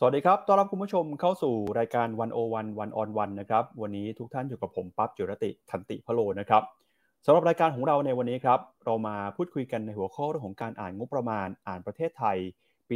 สวัสดีครับต้อนรับคุณผู้ชมเข้าสู่รายการ101 One on One นะครับวันนี้ทุกท่านอยู่กับผมปั๊บจิรติขันติพโลนะครับสำหรับรายการของเราในวันนี้ครับเรามาพูดคุยกันในหัวข้อเรื่องของการอ่านงบประมาณอ่านประเทศไทยปี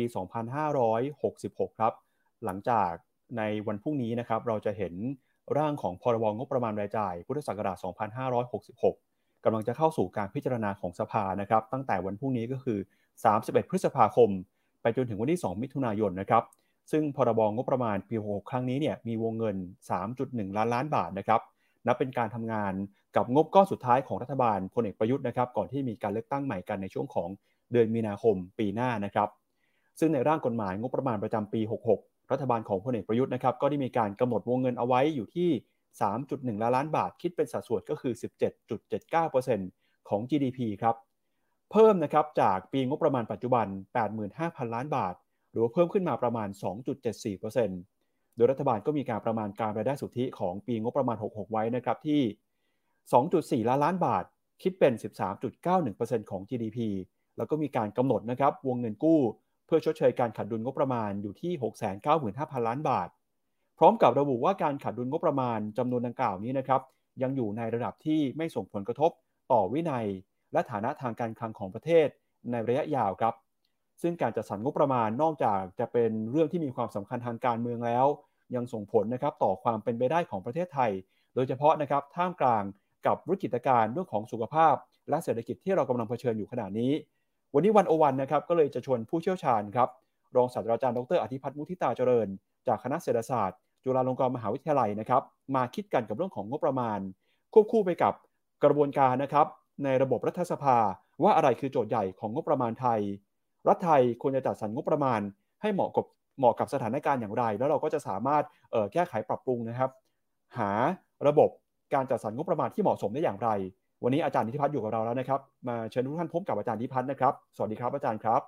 2566ครับหลังจากในวันพรุ่งนี้นะครับเราจะเห็นร่างของพรบงบประมาณรายจ่ายพุทธศักราช2566กำลังจะเข้าสู่การพิจารณาของสภานะครับตั้งแต่วันพรุ่งนี้ก็คือ31พฤษภาคมไปจนถึงวันที่2มิถุนายนนะครับ ซึ่งพรบงบประมาณปี66ครั้งนี้เนี่ยมีวงเงิน 3.1 ล้านล้านบาทนะครับนับเป็นการทำงานกับงบก้อนสุดท้ายของรัฐบาลพลเอกประยุทธ์นะครับก่อนที่มีการเลือกตั้งใหม่กันในช่วงของเดือนมีนาคมปีหน้านะครับซึ่งในร่างกฎหมายงบประมาณประจำปี66รัฐบาลของพลเอกประยุทธ์นะครับก็ได้มีการกำหนดวงเงินเอาไว้อยู่ที่ 3.1 ล้านล้านบาทคิดเป็นสัดส่วนก็คือ 17.79% ของ GDP ครับเพิ่มนะครับจากปีงบประมาณปัจจุบัน 85,000 ล้านบาท หรือว่าเพิ่มขึ้นมาประมาณ 2.74% โดยรัฐบาลก็มีการประมาณการรายได้สุทธิของปีงบประมาณ66ไว้นะครับที่ 2.4 ล้านล้านบาท คิดเป็น 13.91% ของ GDP แล้วก็มีการกำหนดนะครับวงเงินกู้เพื่อชดเชยการขาดดุลงบประมาณอยู่ที่ 695,000 ล้านบาท พร้อมกับระบุว่าการขาดดุลงบประมาณจำนวนดังกล่าวนี้นะครับยังอยู่ในระดับที่ไม่ส่งผลกระทบต่อวินัยและฐานะทางการคลังของประเทศในระยะยาวครับ ซึ่งการจัดสรรงบประมาณนอกจากจะเป็นเรื่องที่มีความสำคัญทางการเมืองแล้วยังส่งผลนะครับต่อความเป็นไปได้ของประเทศไทยโดยเฉพาะนะครับท่ามกลางกับวิกฤตการณ์เรื่องของสุขภาพและเศรษฐกิจที่เรากำลังเผชิญอยู่ขณะนี้วันนี้101นะครับก็เลยจะชวนผู้เชี่ยวชาญครับรองศาสตราจารย์ดรอธิพัฒน์มุทิตาเจริญจากคณะเศรษฐศาสตร์จุฬาลงกรณ์มหาวิทยาลัยนะครับมาคิดกันกับเรื่องของงบประมาณควบคู่ไปกับกระบวนการนะครับในระบบรัฐสภาว่าอะไรคือโจทย์ใหญ่ของงบประมาณไทย รัฐไทยควรจะจัดสรรงบประมาณให้เหมาะกับสถานการณ์อย่างไรแล้วเราก็จะสามารถแก้ไขปรับปรุงนะครับหาระบบการจัดสรรงบประมาณที่เหมาะสมได้อย่างไรวันนี้อาจารย์นิติพัฒน์อยู่กับเราแล้วนะครับมาเชิญทุกท่านพบกับอาจารย์นิติพัฒน์นะครับสวัสดีครับอาจารย์ครับ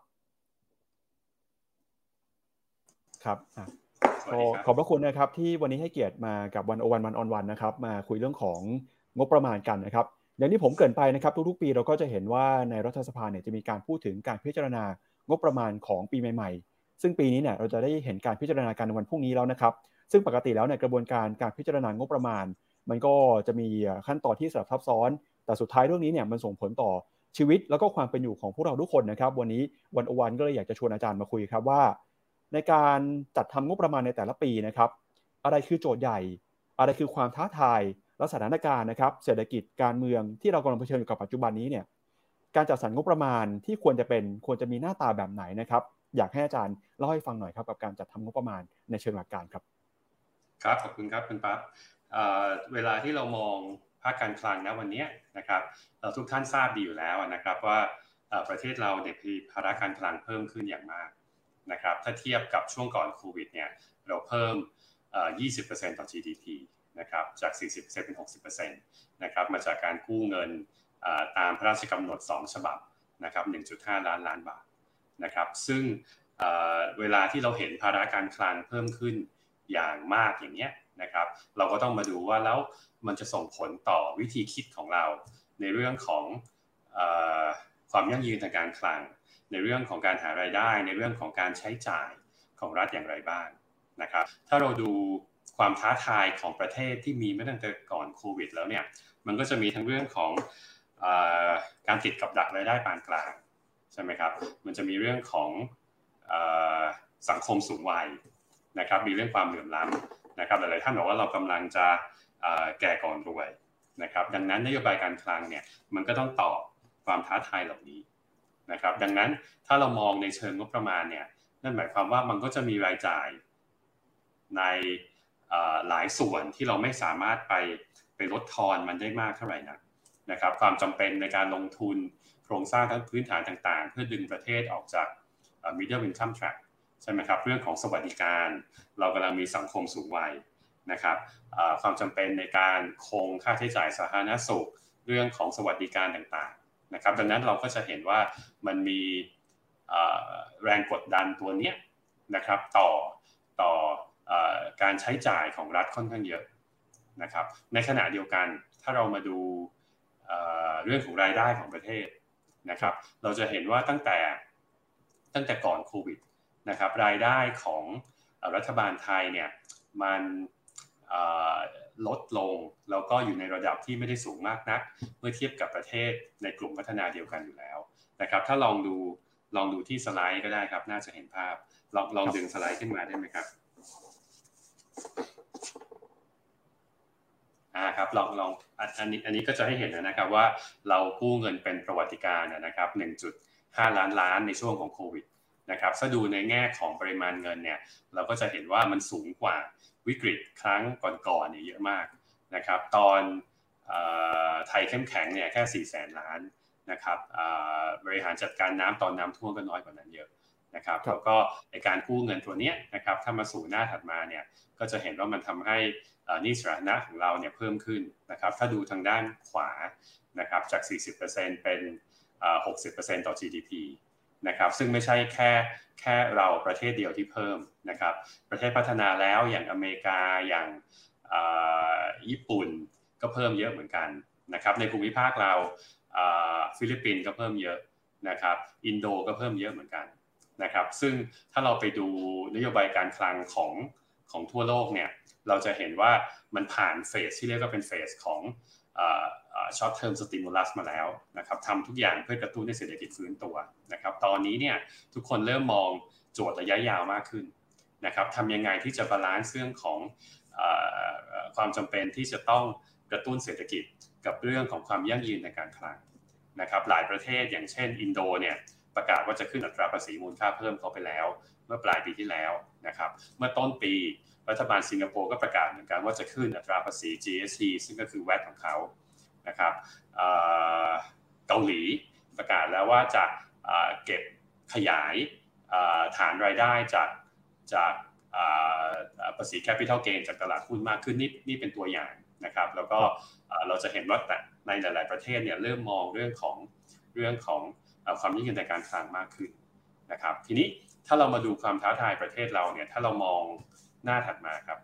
ครับขอบพระคุณนะครับที่วันนี้ให้เกียรติมากับ101 วันนะครับมาคุยเรื่องของงบประมาณกันนะครับอย่างที่ผมเกริ่นไปนะครับทุกๆปีเราก็จะเห็นว่าในรัฐสภาเนี่ยจะมีการพูดถึงการพิจารณางบประมาณของปีใหม่ๆซึ่งปีนี้เนี่ยเราจะได้เห็นการพิจารณาการในวันพรุ่งนี้แล้วนะครับซึ่งปกติแล้วในกระบวนการพิจารณางบประมาณมันก็จะมีขั้นตอนที่สลับซับซ้อนแต่สุดท้ายเรื่องนี้เนี่ยมันส่งผลต่อชีวิตแล้วก็ความเป็นอยู่ของพวกเราทุกคนนะครับวันนี้101ก็เลยอยากจะชวนอาจารย์มาคุยครับว่าในการจัดทำงบประมาณในแต่ละปีนะครับอะไรคือโจทย์ใหญ่อะไรคือความท้าทายและสถานการณ์นะครับเศรษฐกิจการเมืองที่เรากำลังเผชิญอยู่กับปัจจุบันนี้เนี่ยการจัดสรรงบประมาณที่ควรจะมีหน้าตาแบบไหนนะครับอยากให้อาจารย์เล่าให้ฟังหน่อยครับกับการจัดทำงบประมาณในเชิงหลักการครับครับขอบคุณครับคุณปั๊บเวลาที่เรามองภาคการคลังนะวันนี้นะครับเราทุกท่านทราบดีอยู่แล้วนะครับว่าประเทศเราเนี่ยมีภาระการคลังเพิ่มขึ้นอย่างมากนะครับถ้าเทียบกับช่วงก่อนโควิดเนี่ยเราเพิ่ม20% ต่อ GDP นะครับจาก 40% เป็น 60% นะครับมาจากการกู้เงินตามพระราชกำหนด2ฉบับนะครับ 1.5 ล้านล้านบาทนะครับซึ่งเวลาที่เราเห็นภาระการคลังเพิ่มขึ้นอย่างมากอย่างเนี้ยนะครับเราก็ต้องมาดูว่าแล้วมันจะส่งผลต่อวิธีคิดของเราในเรื่องของความยั่งยืนทางการคลังในเรื่องของการหารายได้ในเรื่องของการใช้จ่ายของรัฐอย่างไรบ้างนะครับถ้าเราดูความท้าทายของประเทศที่มีมาตั้งแต่ก่อนโควิดแล้วเนี่ยมันก็จะมีทั้งเรื่องของการติดกับดักรายได้ปานกลางใช่ไหมครับมันจะมีเรื่องของสังคมสูงวัยนะครับมีเรื่องความเหลื่อมล้ำนะครับหลายๆท่านบอกว่าเรากำลังจะแก่ก่อนรวยนะครับดังนั้นนโยบายการคลังเนี่ยมันก็ต้องตอบความท้าทายเหล่านี้นะครับดังนั้นถ้าเรามองในเชิงงบประมาณเนี่ยนั่นหมายความว่ามันก็จะมีรายจ่ายในหลายส่วนที่เราไม่สามารถไปลดทอนมันได้มากเท่าไหร่นะครับความจำเป็นในการลงทุนโครงสร้างทั้งพื้นฐานต่างๆเพื่อดึงประเทศออกจาก middle income trackใช่ไหมครับเรื่องของสวัสดิการเรากำลังมีสังคมสูงวัยนะครับความจำเป็นในการคงค่าใช้จ่ายสาธารณสุขเรื่องของสวัสดิการต่างๆนะครับดังนั้นเราก็จะเห็นว่ามันมีแรงกดดันตัวนี้นะครับต่อการใช้จ่ายของรัฐค่อนข้างเยอะนะครับในขณะเดียวกันถ้าเรามาดูเรื่องของรายได้ของประเทศนะครับเราจะเห็นว่าตั้งแต่ก่อนโควิดนะครับรายได้ของรัฐบาลไทยเนี่ยมันลดลงแล้วก็อยู่ในระดับที่ไม่ได้สูงมากนักเมื่อเทียบกับประเทศในกลุ่มพัฒนาเดียวกันอยู่แล้วนะครับถ้าลองดูที่สไลด์ก็ได้ครับน่าจะเห็นภาพลองดึงสไลด์ขึ้นมาได้ไหมครับครับลองอันนี้ก็จะให้เห็นนะครับว่าเรากู้เงินเป็นประวัติการณ์นะครับ 1.5 ล้านในช่วงของโควิดนะครับถ้าดูในแง่ของปริมาณเงินเนี่ยเราก็จะเห็นว่ามันสูงกว่าวิกฤตครั้งก่อนๆเนี่ยเยอะมากนะครับตอนไทยเข้มแข็งเนี่ยแค่400,000 ล้านนะครับบริหารจัดการน้ำตอนน้ำท่วมก็น้อยกว่านั้นเยอะนะครับแล้วก็ในการกู้เงินตัวนี้นะครับถ้ามาสู่หน้าถัดมาเนี่ยก็จะเห็นว่ามันทำให้หนี้สาธารณะของเราเนี่ยเพิ่มขึ้นนะครับถ้าดูทางด้านขวานะครับจาก 40% เป็น60% ต่อ GDP นะครับซึ่งไม่ใช่แค่เราประเทศเดียวที่เพิ่มนะครับประเทศพัฒนาแล้วอย่างอเมริกาอย่างญี่ปุ่นก็เพิ่มเยอะเหมือนกันนะครับในภูมิภาคเราฟิลิปปินส์ก็เพิ่มเยอะนะครับอินโดก็เพิ่มเยอะเหมือนกันนะครับซึ่งถ้าเราไปดูนโยบายการคลังของทั่วโลกเนี่ยเราจะเห็นว่ามันผ่านเฟสที่เรียกว่าเป็นเฟสของshort term stimulus มาแล้วนะครับทำทุกอย่างเพื่อกระตุ้นให้เศรษฐกิจฟื้นตัวนะครับตอนนี้เนี่ยทุกคนเริ่มมองโจทย์ระยะยาวมากขึ้นนะครับทำยังไงที่จะบาลานซ์เรื่องของความจำเป็นที่จะต้องกระตุ้นเศรษฐกิจกับเรื่องของความยั่งยืนในการคลังนะครับหลายประเทศอย่างเช่นอินโดเนี่ยประกาศว่าจะขึ้นอัตราภาษีมูลค่าเพิ่มเข้าไปแล้วเมื่อปลายปีที่แล้วนะครับเมื่อต้นปีรัฐบาลสิงคโปร์ก็ประกาศเหมือนกันว่าจะขึ้นอัตราภาษี GST ซึ่งก็คือ VAT ของเขานะครับเกาหลีประกาศแล้วว่าจะเก็บขยายฐานรายได้จากภาษี Capital Gain จากตลาดหุ้นมากขึ้นนี่เป็นตัวอย่างนะครับแล้วก็เราจะเห็นว่าในหลายๆประเทศเนี่ยเริ่มมองเรื่องของความยั่งยืนในการคลังมากขึ้นนะครับทีนี้ถ้าเรามาดูความท้าทายประเทศเราเนี่ยถ้าเรามองหน้าถัดมาครับ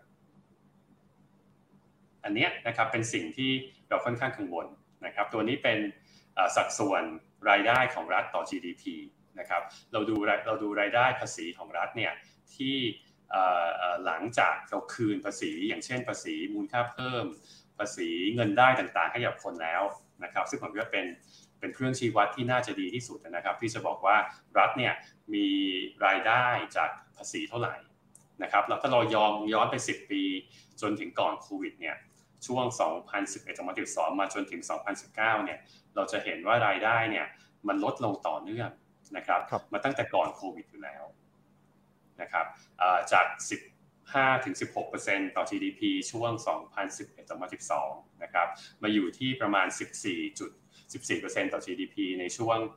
อันนี้นะครับเป็นสิ่งที่เราค่อนข้างกังวลนะครับตัวนี้เป็นสัดส่วนรายได้ของรัฐต่อ GDP นะครับเราดูรายได้ภาษีของรัฐเนี่ยที่หลังจากเราคืนภาษีอย่างเช่นภาษีมูลค่าเพิ่มภาษีเงินได้ต่างๆให้กับคนแล้วนะครับซึ่งผมคิดว่าเป็นเครื่องชี้วัดที่น่าจะดีที่สุดนะครับที่จะบอกว่ารัฐเนี่ยมีรายได้จากภาษีเท่าไหร่นะครับแล้วถ้าเราย้อนไป10 ปีจนถึงก่อนโควิดเนี่ยช่วง 2011-2012 มาจนถึง 2019 เนี่ยเราจะเห็นว่ารายได้เนี่ยมันลดลงต่อเนื่องนะครับมาตั้งแต่ก่อนโควิดอยู่แล้วนะครับจาก 15-16% ต่อ GDP ช่วง 2011-2012 นะครับมาอยู่ที่ประมาณ 14% ต่อ GDP ในช่วง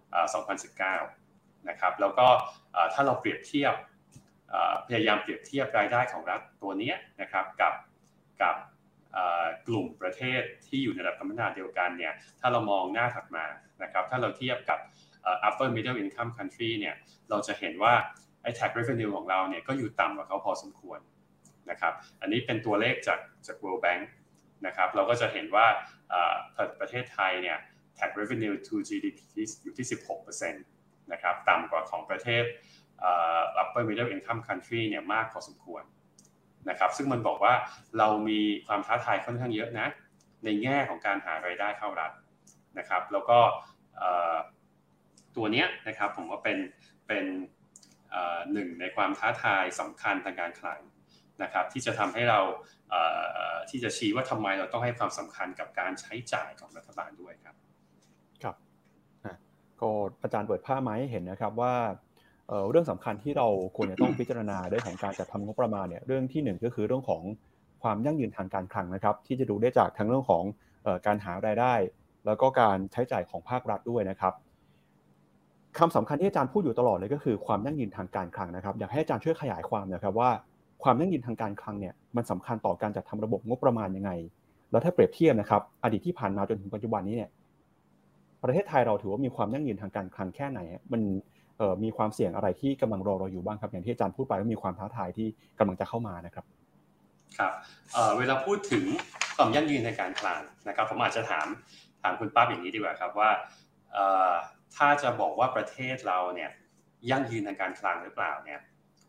2019 นะครับแล้วก็ถ้าเราเปรียบเทียบพยายามเปรียบเทียบรายได้ของรัฐตัวนี้นะครับกับกลุ่มประเทศที่อยู่ในระดับการพัฒนาเดียวกันเนี่ยถ้าเรามองหน้าถัดมานะครับถ้าเราเทียบกับupper middle income country เนี่ยเราจะเห็นว่าไอ้ tax revenue ของเราเนี่ยก็อยู่ต่ำกว่าเขาพอสมควรนะครับอันนี้เป็นตัวเลขจาก World Bank นะครับเราก็จะเห็นว่าประเทศไทยเนี่ย tax revenue to GDP อยู่ที่ 16% นะครับต่ำกว่าของประเทศupper middle income country เนี่ยมากพอสมควรนะครับซึ่งมันบอกว่าเรามีความท้าทายค่อนข้างเยอะนะในแง่ของการหารายได้เข้ารัฐนะครับแล้วก็ตัวนี้นะครับผมว่าเป็นหนึ่งในความท้าทายสำคัญทางการคลังนะครับที่จะทำให้เราที่จะชี้ว่าทำไมเราต้องให้ความสำคัญกับการใช้จ่ายของรัฐบาลด้วยครับครับก็อาจารย์เปิดภาพมาให้เห็นนะครับว่าเรื่องสำคัญที่เราควรจะต้องพิจารณาเรื่องของการจัดทำงบประมาณเนี่ยเรื่องที่1ก็คือเรื่องของความยั่งยืนทางการคลังนะครับที่จะดูได้จากทั้งเรื่องของการหารายได้แล้วก็การใช้จ่ายของภาครัฐด้วยนะครับคำสำคัญที่อาจารย์พูดอยู่ตลอดเลยก็คือความยั่งยืนทางการคลังนะครับอยากให้อาจารย์ช่วยขยายความนะครับว่าความยั่งยืนทางการคลังเนี่ยมันสำคัญต่อการจัดทำระบบงบประมาณยังไงแล้วถ้าเปรียบเทียบนะครับอดีตที่ผ่านมาจนถึงปัจจุบันนี้เนี่ยประเทศไทยเราถือว่ามีความยั่งยืนทางการคลังแค่ไหนมันมีความเสี่ยงอะไรที่กำลังรอเราอยู่บ้างครับอย่างที่อาจารย์พูดไปว่ามีความท้าทายที่กำลังจะเข้ามานะครับครับเวลาพูดถึงความยั่งยืนในการคลังนะครับผมอาจจะถามคุณปั๊บอย่างนี้ดีกว่าครับว่าถ้าจะบอกว่าประเทศเราเนี่ยยั่งยืนในการคลังหรือเปล่าเนี่ย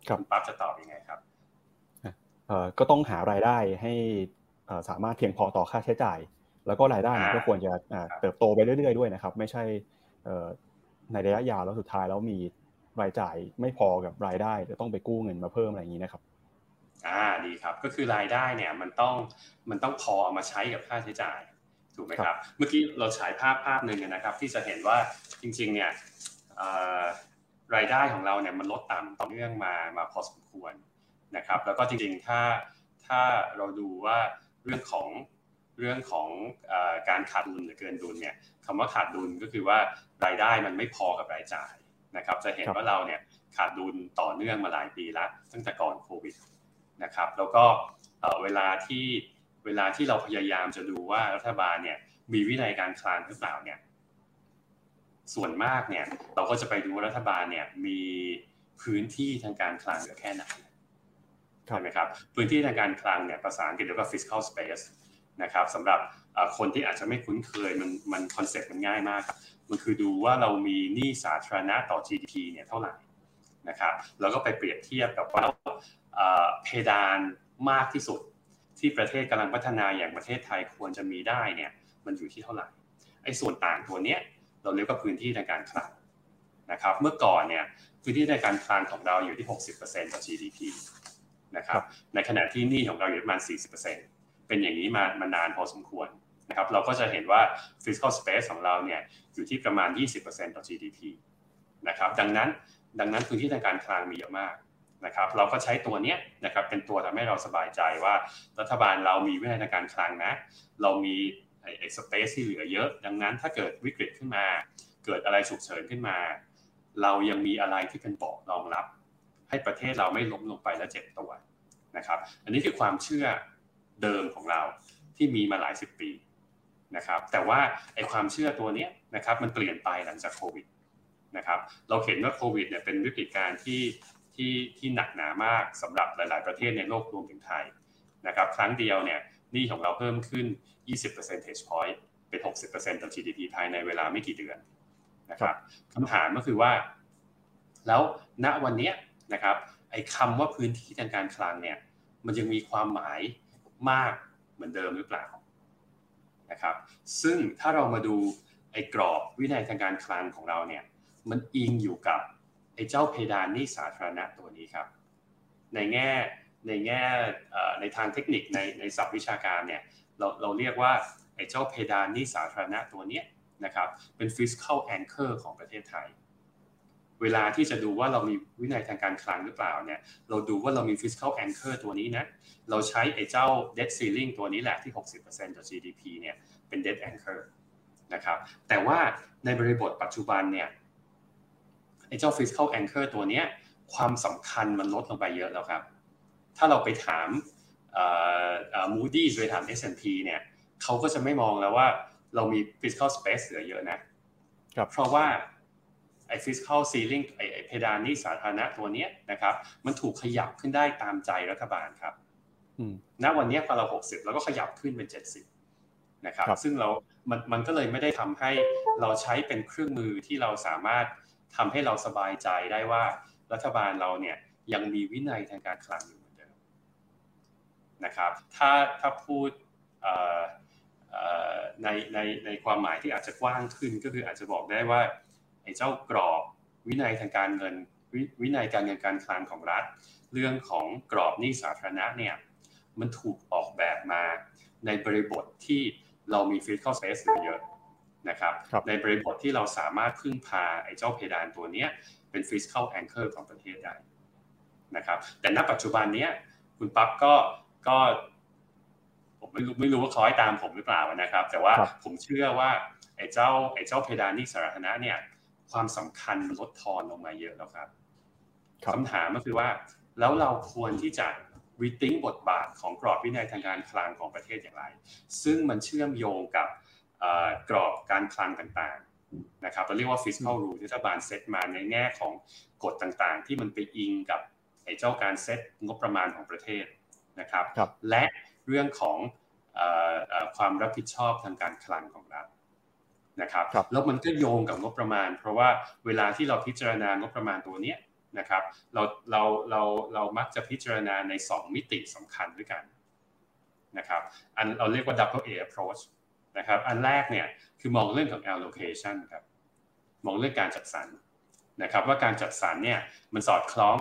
คุณปั๊บจะตอบยังไงครับก็ต้องหารายได้ให้สามารถเพียงพอต่อค่าใช้จ่ายแล้วก็รายได้ก็ควรจะเติบโตไปเรื่อยๆด้วยนะครับไม่ใช่ในระยะยาวแล้วสุดท้ายแล้วมีรายจ่ายไม่พอกับรายได้จะต้องไปกู้เงินมาเพิ่มอะไรอย่างนี้นะครับดีครับก็คือรายได้เนี่ยมันต้องพอเอามาใช้กับค่าใช้จ่ายถูกไหมครับเมื่อกี้เราฉายภาพหนึ่งนะครับที่จะเห็นว่าจริงๆเนี่ยรายได้ของเราเนี่ยมันลดต่ำต่อเนื่องมาพอสมควรนะครับแล้วก็จริงๆถ้าเราดูว่าเรื่องของการขาดดุลหรือเกินดุลเนี่ยคำว่าขาดดุลก็คือว่ารายได้มันไม่พอกับรายจ่ายนะครับจะเห็นว่าเราเนี่ยขาดดุลต่อเนื่องมาหลายปีแล้วตั้งแต่ก่อนโควิดนะครับแล้วก็เวลาที่เราพยายามจะดูว่ารัฐบาลเนี่ยมีวินัยการคลังหรือเปล่าเนี่ยส่วนมากเนี่ยเราก็จะไปดูว่ารัฐบาลเนี่ยมีพื้นที่ทางการคลังเหลือแค่ไหนใช่ไหมครับพื้นที่ทางการคลังเนี่ยภาษาอังกฤษเรียกว่า fiscal space นะครับสำหรับคนที่อาจจะไม่คุ้นเคยมันคอนเซ็ปต์มันง่ายมากมันคือดูว่าเรามีหนี้สาธารณะต่อ GDP เนี่ยเท่าไหร่นะครับแล้วก็ไปเปรียบเทียบกับว่าเพดานมากที่สุดที่ประเทศกำลังพัฒนาอย่างประเทศไทยควรจะมีได้เนี่ยมันอยู่ที่เท่าไหร่ไอ้ส่วนต่างตัวเนี้ยเราเรียกว่าพื้นที่ทางการคลังนะครับเมื่อก่อนเนี่ยพื้นที่ทางการคลังของเราอยู่ที่ 60% ต่อ GDP นะครับในขณะที่หนี้ของเราอยู่ประมาณ 40% เป็นอย่างนี้มานานพอสมควรนะครับเราก็จะเห็นว่า fiscal space ของเราเนี่ยอยู่ที่ประมาณ 20% ต่อ GDP นะครับดังนั้นพื้นที่ทางการคลังมีเยอะมากนะครับเราก็ใช้ตัวนี้นะครับเป็นตัวทำให้เราสบายใจว่ารัฐบาลเรามีวินัยทางการคลังนะเรามีสเปซที่เหลือเยอะดังนั้นถ้าเกิดวิกฤตขึ้นมาเกิดอะไรฉุกเฉินขึ้นมาเรายังมีอะไรที่เป็นเบาะรองรับให้ประเทศเราไม่ล้มลงไปและเจ็บตัวนะครับอันนี้คือความเชื่อเดิมของเราที่มีมาหลายสิบปีนะครับแต่ว่าไอ้ความเชื่อตัวนี้นะครับมันเปลี่ยนไปหลังจากโควิดนะครับเราเห็นว่าโควิดเนี่ยเป็นวิกฤตการณ์ที่หนักหนามากสำหรับหลายๆประเทศในโลกรวมถึงไทยนะครับครั้งเดียวเนี่ยหนี้ของเราเพิ่มขึ้น20 percentage point เป็น 60% ต่อ GDP ภายในเวลาไม่กี่เดือนนะครับคำถามก็คือว่าแล้วณวันนี้นะครับไอ้คำว่าพื้นที่ทางการคลังเนี่ยมันยังมีความหมายมากเหมือนเดิมหรือเปล่านะครับซึ่งถ้าเรามาดูไอ้กรอบวินัยทางการคลังของเราเนี่ยมันอิงอยู่กับไอ้เจ้าเพดานหนี้สาธารณะตัวนี้ครับในแง่ในทางเทคนิคในศัพท์วิชาการเนี่ยเราเรียกว่าไอ้เจ้าเพดานหนี้สาธารณะตัวนี้นะครับเป็น fiscal anchor ของประเทศไทยเวลาที่จะดูว่าเรามีวินัยทางการคลังหรือเปล่าเนี่ยเราดูว่าเรามี fiscal anchor ตัวนี้นะเราใช้ไอ้เจ้า debt ceiling ตัวนี้แหละที่ 60% ต่อ GDP เนี่ยเป็น debt anchor นะครับแต่ว่าในบริบทปัจจุบันเนี่ยไอ้เจ้า fiscal anchor ตัวนี้ความสำคัญมันลดลงไปเยอะแล้วครับถ้าเราไปถามMoody's ไปถาม S&P เนี่ยเขาก็จะไม่มองแล้วว่าเรามี fiscal space เหลือเยอะนะเพราะว่าไอ้ fiscal ceiling ไอ้เพดานหนี้สาธารณะตัวนี้นะครับมันถูกขยับขึ้นได้ตามใจรัฐบาลครับณวันนี้พอเรา60แล้วก็ขยับขึ้นเป็น70นะครับซึ่งมันก็เลยไม่ได้ทำให้เราใช้เป็นเครื่องมือที่เราสามารถทำให้เราสบายใจได้ว่ารัฐบาลเราเนี่ยยังมีวินัยทางการคลังอยู่เหมือนเดิมนะครับถ้าพูดในความหมายที่อาจจะกว้างขึ้นก็คืออาจจะบอกได้ว่าไอ้เจ้ากรอบวินัยทางการเงินวินัยการเงินการคลังของรัฐเรื่องของกรอบหนี้สาธารณะเนี่ยมันถูกออกแบบมาในบริบทที่เรามี fiscal space เยอะนะครับในบริบทที่เราสามารถพึ่งพาไอ้เจ้าเพดานตัวนี้เป็น fiscal anchor ของประเทศได้นะครับแต่ณปัจจุบันนี้คุณปั๊บก็ผมไม่รู้ว่าคล้อยตามผมหรือเปล่านะครับแต่ว่าผมเชื่อว่าไอ้เจ้าเพดานหนี้สาธารณะเนี่ยความสำคัญลดทอนลงมาเยอะแล้วครับคำถามก็คือว่าแล้วเราควรที่จะrethink บทบาทของกรอบวินัยทางการคลังของประเทศอย่างไรซึ่งมันเชื่อมโยงกับกรอบการคลังต่างๆนะครับเราเรียกว่า fiscal rule ที่รัฐบาลเซตมาในแง่ของกฎต่างๆที่มันไปอิงกับไอ้เจ้าการเซตงบประมาณของประเทศนะครับและเรื่องของความรับผิดชอบทางการคลังของรัฐนะครับแล้วมันก็โยงกับงบประมาณเพราะว่าเวลาที่เราพิจารณางบประมาณตัวนี้นะครับเรามักจะพิจารณาใน2มิติสำคัญด้วยกันนะครับอันเราเรียกว่า double A approach นะครับอันแรกเนี่ยคือมองเรื่องของ allocation ครับมองเรื่องการจัดสรรนะครับว่าการจัดสรรเนี่ยมันสอดคล้อง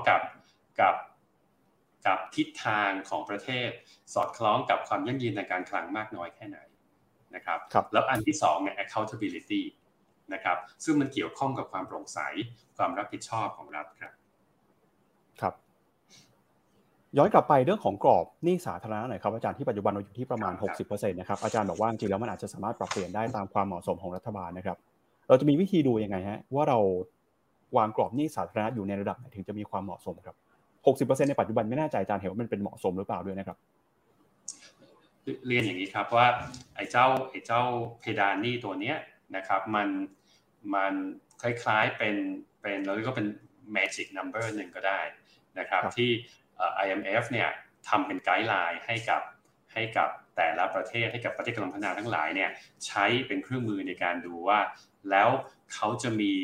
กับทิศทางของประเทศสอดคล้องกับความยั่งยืนในการคลังมากน้อยแค่ไหนนะครับแล้วอันที่2เนี่ย accountability นะครับซึ่งมันเกี่ยวข้องกับความโปร่งใสความรับผิดชอบของรัฐครับย้อนกลับไปเรื่องของกรอบหนี้สาธารณะหน่อยครับอาจารย์ที่ปัจจุบันเราอยู่ที่ประมาณ 60% นะครับอาจารย์บอกว่าจริงๆแล้วมันอาจจะสามารถปรับเปลี่ยนได้ตามความเหมาะสมของรัฐบาลนะครับเราจะมีวิธีดูยังไงฮะว่าเราวางกรอบหนี้สาธารณะอยู่ในระดับไหนถึงจะมีความเหมาะสมครับ 60% ในปัจจุบันไม่แน่ใจอาจารย์เห็นว่ามันเป็นเหมาะสมหรือเปล่าด้วยนะครับเรียนอย่างนี้ครับว่าไอ้เจ้าเพดานหนี้ตัวเนี้ยนะครับมันคล้ายๆเป็นเราเรียกว่าเป็น magic number หนึ่งก็ได้นะครับที่IMF เนี่ยทำเป็นไกด์ไลน์ให้กับแต่ละประเทศให้กับประเทศกำลังพัฒนาทั้งหลายเนี่ยใช้เป็นเครื่องมือในการดูว่าแล้วเขาจะมี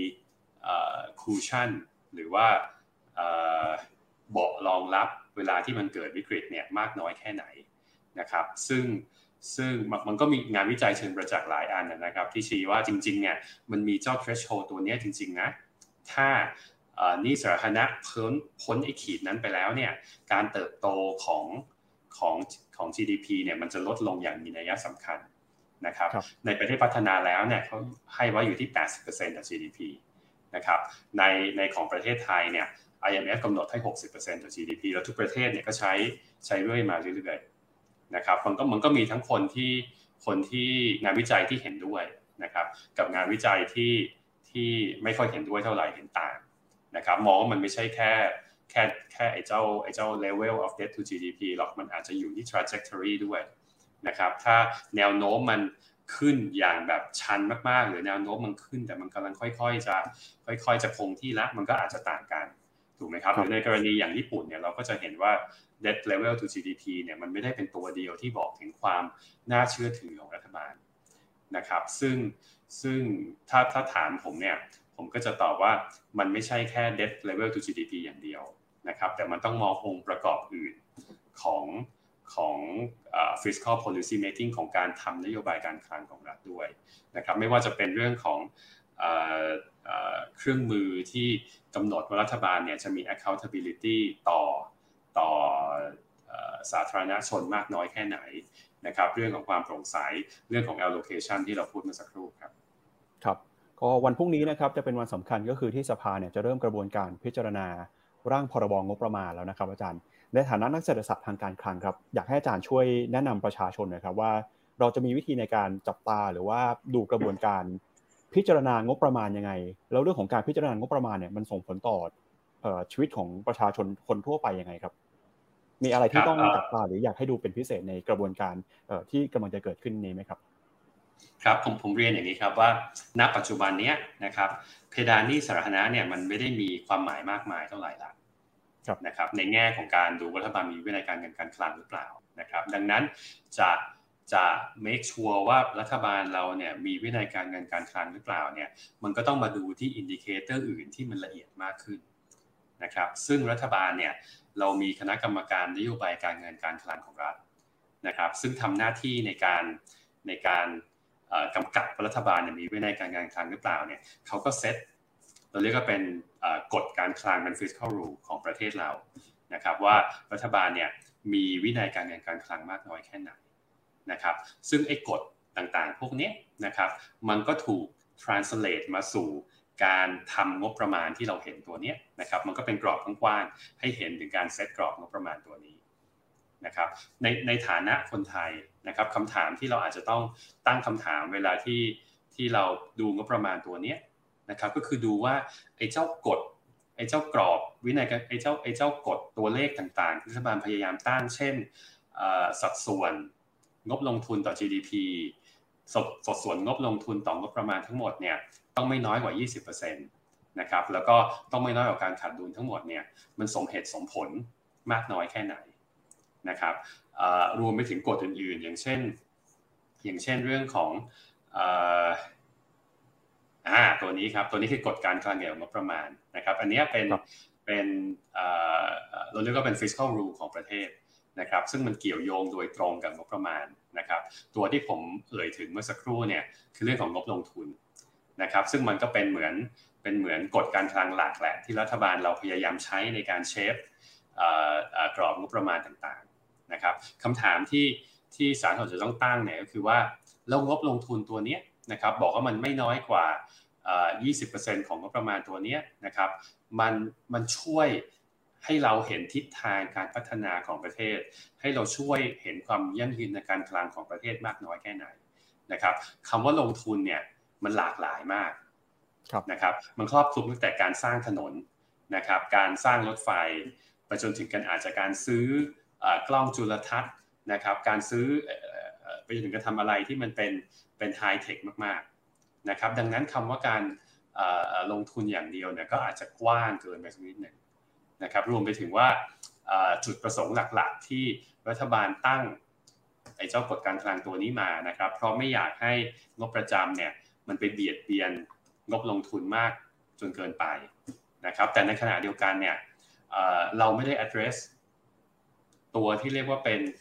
cushion หรือว่าเบาะรองรับเวลาที่มันเกิดวิกฤตเนี่ยมากน้อยแค่ไหนนะครับซึ่งมันก็มีงานวิจัยเชิงประจักษ์หลายอันนะครับที่ชี้ว่าจริงๆเนี่ยมันมีเจ้า threshold ตัวนี้จริงๆนะถ้าหนี้สาธารณะพ้นไอ้ขีดนั้นไปแล้วเนี่ยการเติบโตของ GDP เนี่ยมันจะลดลงอย่างมีนัยสำคัญนะครับในประเทศพัฒนาแล้วเนี่ยเขาให้ไว้อยู่ที่ 80% ของ GDP นะครับในของประเทศไทยเนี่ย IMF กำหนดให้ 60% ของ GDP แล้วทุกประเทศเนี่ยก็ใช้เรื่อยมาเรื่อยๆนะครับมันก็มีทั้งคนที่งานวิจัยที่เห็นด้วยนะครับกับงานวิจัยที่ไม่ค่อยเห็นด้วยเท่าไหร่เห็นต่างนะครับมองว่ามันไม่ใช่แค่ไอ้เจ้า level of debt to GDP หรอกมันอาจจะอยู่ที่ trajectory ด้วยนะครับถ้าแนวโน้มมันขึ้นอย่างแบบชันมากๆหรือแนวโน้มมันขึ้นแต่มันกำลังค่อยๆจะคงที่ละมันก็อาจจะต่างกันถูกไหมครับหรือในกรณีอย่างญี่ปุ่นเนี่ยเราก็จะเห็นว่า debt level to GDP เนี่ยมันไม่ได้เป็นตัวเดียวที่บอกถึงความน่าเชื่อถือของรัฐบาลนะครับซึ่งถ้าถามผมเนี่ยผมก็จะตอบว่ามันไม่ใช่แค่ debt level to GDP อย่างเดียวนะครับแต่มันต้องมององค์ประกอบอื่นของfiscal policy making ของการทำนโยบายการคลังของรัฐด้วยนะครับไม่ว่าจะเป็นเรื่องของเครื่องมือที่กำหนดว่ารัฐบาลเนี่ยจะมี accountability ต่อสาธารณชนมากน้อยแค่ไหนนะครับเรื่องของความโปร่งใสเรื่องของ allocation ที่เราพูดเมื่อสักครู่ครับครับก็วันพรุ่งนี้นะครับจะเป็นวันสำคัญก็คือที่สภาเนี่ยจะเริ่มกระบวนการพิจารณาร่างพรบงบประมาณแล้วนะครับอาจารย์ในฐานะนักเศรษฐศาสตร์ทางการคลังครับอยากให้อาจารย์ช่วยแนะนำประชาชนหน่อยครับว่าเราจะมีวิธีในการจับตาหรือว่าดูกระบวนการพิจารณางบประมาณยังไงแล้วเรื่องของการพิจารณางบประมาณเนี่ยมันส่งผลต่อชีวิตของประชาชนคนทั่วไปยังไงครับมีอะไรที่ต้องจับตาหรืออยากให้ดูเป็นพิเศษในกระบวนการที่กำลังจะเกิดขึ้นนี้ไหมครับครับผมเรียนอย่างนี้ครับว่าณปัจจุบันนี้นะครับเพดานหนี้สาธารณะเนี่ยมันไม่ได้มีความหมายมากมายเท่าไหร่ละนะครับในแง่ของการดูว่ารัฐบาลมีวินัยการเงินการคลังหรือเปล่านะครับดังนั้นจะ make sure ว่ารัฐบาลเราเนี่ยมีวินัยการเงินการคลังหรือเปล่าเนี่ยมันก็ต้องมาดูที่อินดิเคเตอร์อื่นที่มันละเอียดมากขึ้นนะครับซึ่งรัฐบาลเนี่ยเรามีคณะกรรมการนโยบายการเงินการคลังของรัฐนะครับซึ่งทำหน้าที่ในการกำกับรัฐบาลมีวินัยการเงินการคลังหรือเปล่าเนี่ยเขาก็เซตเราเรียกว่าเป็นกฎการคลังเป็น fiscal rule ของประเทศเรานะครับว่ารัฐบาลเนี่ยมีวินัยการเงินการคลังมากน้อยแค่ไหนนะครับซึ่งไอ้กฎต่างๆพวกนี้นะครับมันก็ถูก translate มาสู่การทำงบประมาณที่เราเห็นตัวนี้นะครับมันก็เป็นกรอบกว้างๆให้เห็นถึงการเซตกรอบงบประมาณตัวนี้นะครับในฐานะคนไทยนะครับคำถามที่เราอาจจะต้องตั้งคำถามเวลาที่เราดูงบประมาณตัวนี้นะครับก็คือดูว่าไอ้เจ้ากฎไอ้เจ้ากรอบวินัยไอ้เจ้ากฎตัวเลขต่างๆที่รัฐบาลพยายามตั้งเช่นสัดส่วนงบลงทุนต่อ GDP สัดส่วนงบลงทุนต่องบประมาณทั้งหมดเนี่ยต้องไม่น้อยกว่า 20% นะครับแล้วก็ต้องไม่น้อยกว่าการขาดดุลทั้งหมดเนี่ยมันสมเหตุสมผลมากน้อยแค่ไหนนะครับรวมไปถึงกฎอื่นๆอย่างเช่นเรื่องของตัวนี้ครับตัวนี้คือกฎการคลังเกี่ยวกับงบประมาณนะครับอันนี้เป็นเราเรียกว่าเป็น fiscal rule ของประเทศนะครับซึ่งมันเกี่ยวโยงโดยตรงกับงบประมาณนะครับตัวที่ผมเอ่ยถึงเมื่อสักครู่เนี่ยคือเรื่องของงบลงทุนนะครับซึ่งมันก็เป็นเหมือนกฎการคลังหลักแหละที่รัฐบาลเราพยายามใช้ในการเชฟกรอบงบประมาณต่างๆนะครับคำถามที่ศาลจะต้องตั้งเนี่ยก็คือว่าแล้วงบลงทุนตัวนี้นะครับบอกว่ามันไม่น้อยกว่า20% ของงบประมาณตัวนี้นะครับมันช่วยให้เราเห็นทิศทางการพัฒนาของประเทศให้เราช่วยเห็นความยั่งยืนในการคลังของประเทศมากน้อยแค่ไหนนะครับคำว่าลงทุนเนี่ยมันหลากหลายมากนะครับมันครอบคลุมตั้งแต่การสร้างถนนนะครับการสร้างรถไฟไปจนถึงการอาจจะการซื้อกล้องจุลทรรศน์นะครับการซื้อไปจนถึงการทำอะไรที่มันเป็นไฮเทคมากๆนะครับดังนั้นคำว่าการลงทุนอย่างเดียวเนี่ยก็อาจจะกว้างเกินไปสักนิดหนึ่งนะครับรวมไปถึงว่าจุดประสงค์หลักๆที่รัฐบาลตั้งไอ้เจ้ากฎการคลังตัวนี้มานะครับเพราะไม่อยากให้งบประจำเนี่ยมันไปเบียดเบียนงบลงทุนมากจนเกินไปนะครับแต่ในขณะเดียวกันเนี่ยเราไม่ได้ address ตัวที่เรียกว่าเป็น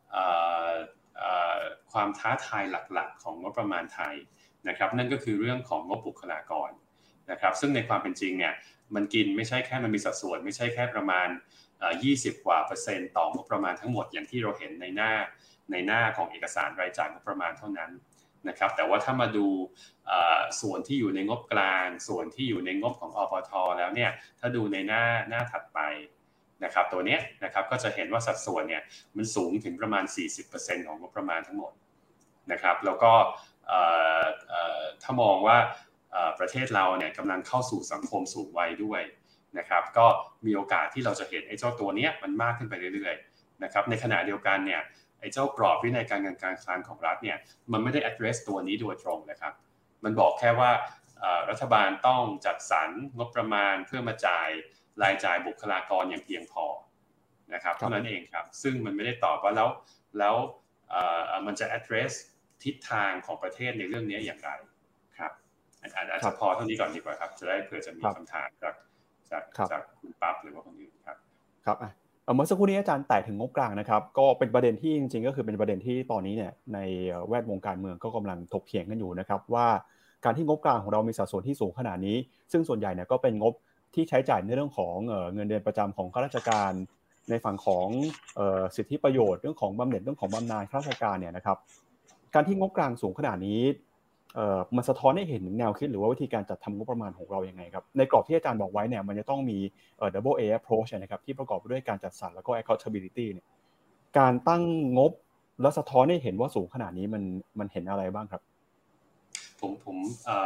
ความท้าทายหลักๆของงบประมาณไทยนะครับนั่นก็คือเรื่องของงบบุคลากรนะครับซึ่งในความเป็นจริงเนี่ยมันกินไม่ใช่แค่มันมีสัดส่วนไม่ใช่แค่ประมาณ20 กว่า%ต่องบประมาณทั้งหมดอย่างที่เราเห็นในหน้าของเอกสารรายจ่ายงบประมาณเท่านั้นนะครับแต่ว่าถ้ามาดูส่วนที่อยู่ในงบกลางส่วนที่อยู่ในงบของอปท.แล้วเนี่ยถ้าดูในหน้าถัดไปนะครับตัวนี้นะครับก็จะเห็นว่าสัดส่วนเนี่ยมันสูงถึงประมาณ 40% ของงบประมาณทั้งหมดนะครับแล้วก็ถ้ามองว่าประเทศเราเนี่ยกำลังเข้าสู่สังคมสูงวัยด้วยนะครับก็มีโอกาสที่เราจะเห็นไอ้เจ้าตัวนี้มันมากขึ้นไปเรื่อยๆนะครับในขณะเดียวกันเนี่ยไอ้เจ้ากรอบวินัยการเงินการคลังของรัฐเนี่ยมันไม่ได้ address ตัวนี้โดยตรงนะครับมันบอกแค่ว่ารัฐบาลต้องจัดสรรงบประมาณเพื่อมาจ่ายรายจ่ายบุคลากรอย่างเพียงพอนะครับเท่านั้นเองครับซึ่งมันไม่ได้ตอบว่าแล้วมันจะ address ทิศทางของประเทศในเรื่องนี้อย่างไรครับอาจจะพอเท่านี้ก่อนดีกว่าครับจะได้เผื่อจะมีคำถามจากคุณปั๊บหรือว่าคนอื่นครับครับเมื่อสักครู่นี้อาจารย์แตะถึงงบกลางนะครับก็เป็นประเด็นที่จริงๆก็คือเป็นประเด็นที่ตอนนี้เนี่ยในแวดวงการเมืองก็กำลังถกเถียงกันอยู่นะครับว่าการที่งบกลางของเรามีสัดส่วนที่สูงขนาดนี้ซึ่งส่วนใหญ่เนี่ยก็เป็นงบที่ใช้จ่ายในเรื่องของเงินเดือนประจำของข้าราชการในฝั่งของสิทธิประโยชน์เรื่องของบำเหน็จเรื่องของบำนาญข้าราชการเนี่ยนะครับการที่งบกลางสูงขนาดนี้มันสะท้อนให้เห็นถึงแนวคิดหรือว่าวิธีการจัดทำงบประมาณของเรายังไงครับในกรอบที่อาจารย์บอกไว้เนี่ยมันจะต้องมีdouble A approach นะครับที่ประกอบด้วยการจัดสรรแล้วก็ accountability เนี่ยการตั้งงบและสะท้อนให้เห็นว่าสูงขนาดนี้มันเห็นอะไรบ้างครับผม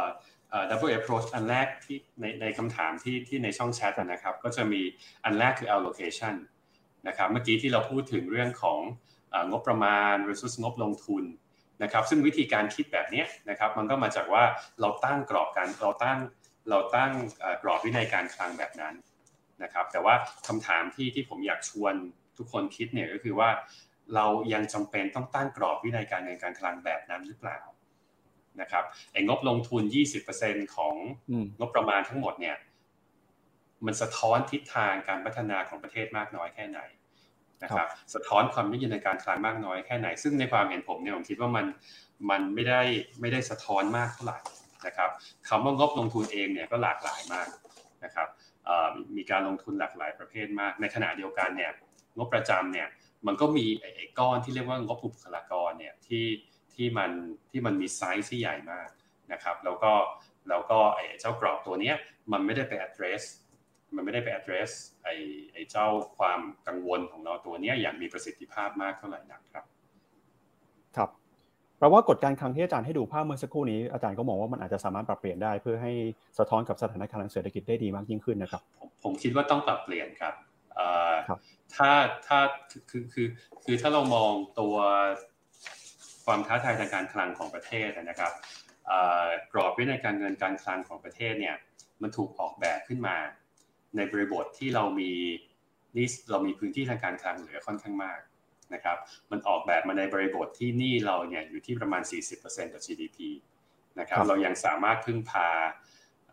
double approach อันแรกที่ในคำถามที่ในช่องแชทนะครับก็จะมีอันแรกคือ allocation นะครับเมื่อกี้ที่เราพูดถึงเรื่องของงบประมาณ versus งบลงทุนนะครับซึ่งวิธีการคิดแบบนี้นะครับมันก็มาจากว่าเราตั้งกรอบกรอบวินัยการคลังแบบนั้นนะครับแต่ว่าคำถามที่ผมอยากชวนทุกคนคิดเนี่ยก็คือว่าเรายังจำเป็นต้องตั้งกรอบวินัยการเงินการคลังแบบนั้นหรือเปล่านะครับไอ้งบลงทุน 20% ของงบประมาณทั้งหมดเนี่ยมันสะท้อนทิศทางการพัฒนาของประเทศมากน้อยแค่ไหนนะครับสะท้อนความยั่งยืนในการคลังมากน้อยแค่ไหนซึ่งในความเห็นผมเนี่ยผมคิดว่ามันไม่ได้สะท้อนมากเท่าไหร่นะครับคำว่างบลงทุนเองเนี่ยก็หลากหลายมากนะครับมีการลงทุนหลากหลายประเภทมากในขณะเดียวกันเนี่ยงบประจำเนี่ยมันก็มีไอ้ก้อนที่เรียกว่างบบุคลากรเนี่ยที่มันมีไซส์ที่ใหญ่มากนะครับแล้วก็ไอ้เจ้ากรอบตัวนี้มันไม่ได้ไป address ไอ้เจ้าความกังวลของเราตัวนี้อย่างมีประสิทธิภาพมากเท่าไหร่นะครับครับแปลว่ากฎการคลังที่อาจารย์ให้ดูภาพเมื่อสักครู่นี้อาจารย์ก็มองว่ามันอาจจะสามารถปรับเปลี่ยนได้เพื่อให้สะท้อนกับสถานการณ์ทางเศรษฐกิจได้ดีมากยิ่งขึ้นนะครับผมคิดว่าต้องปรับเปลี่ยนครับถ้าคือถ้าเรามองตัวความท้าทายทางการคลังของประเทศนะครับกรอบวินัยการเงินการคลังของประเทศเนี่ยมันถูกออกแบบขึ้นมาในบริบทที่เรามีพื้นที่ทางการคลังเหลือค่อนข้างมากนะครับมันออกแบบมาในบริบทที่หนี้เราเนี่ยอยู่ที่ประมาณ 40% ต่อ GDP นะครับเรายังสามารถพึ่งพา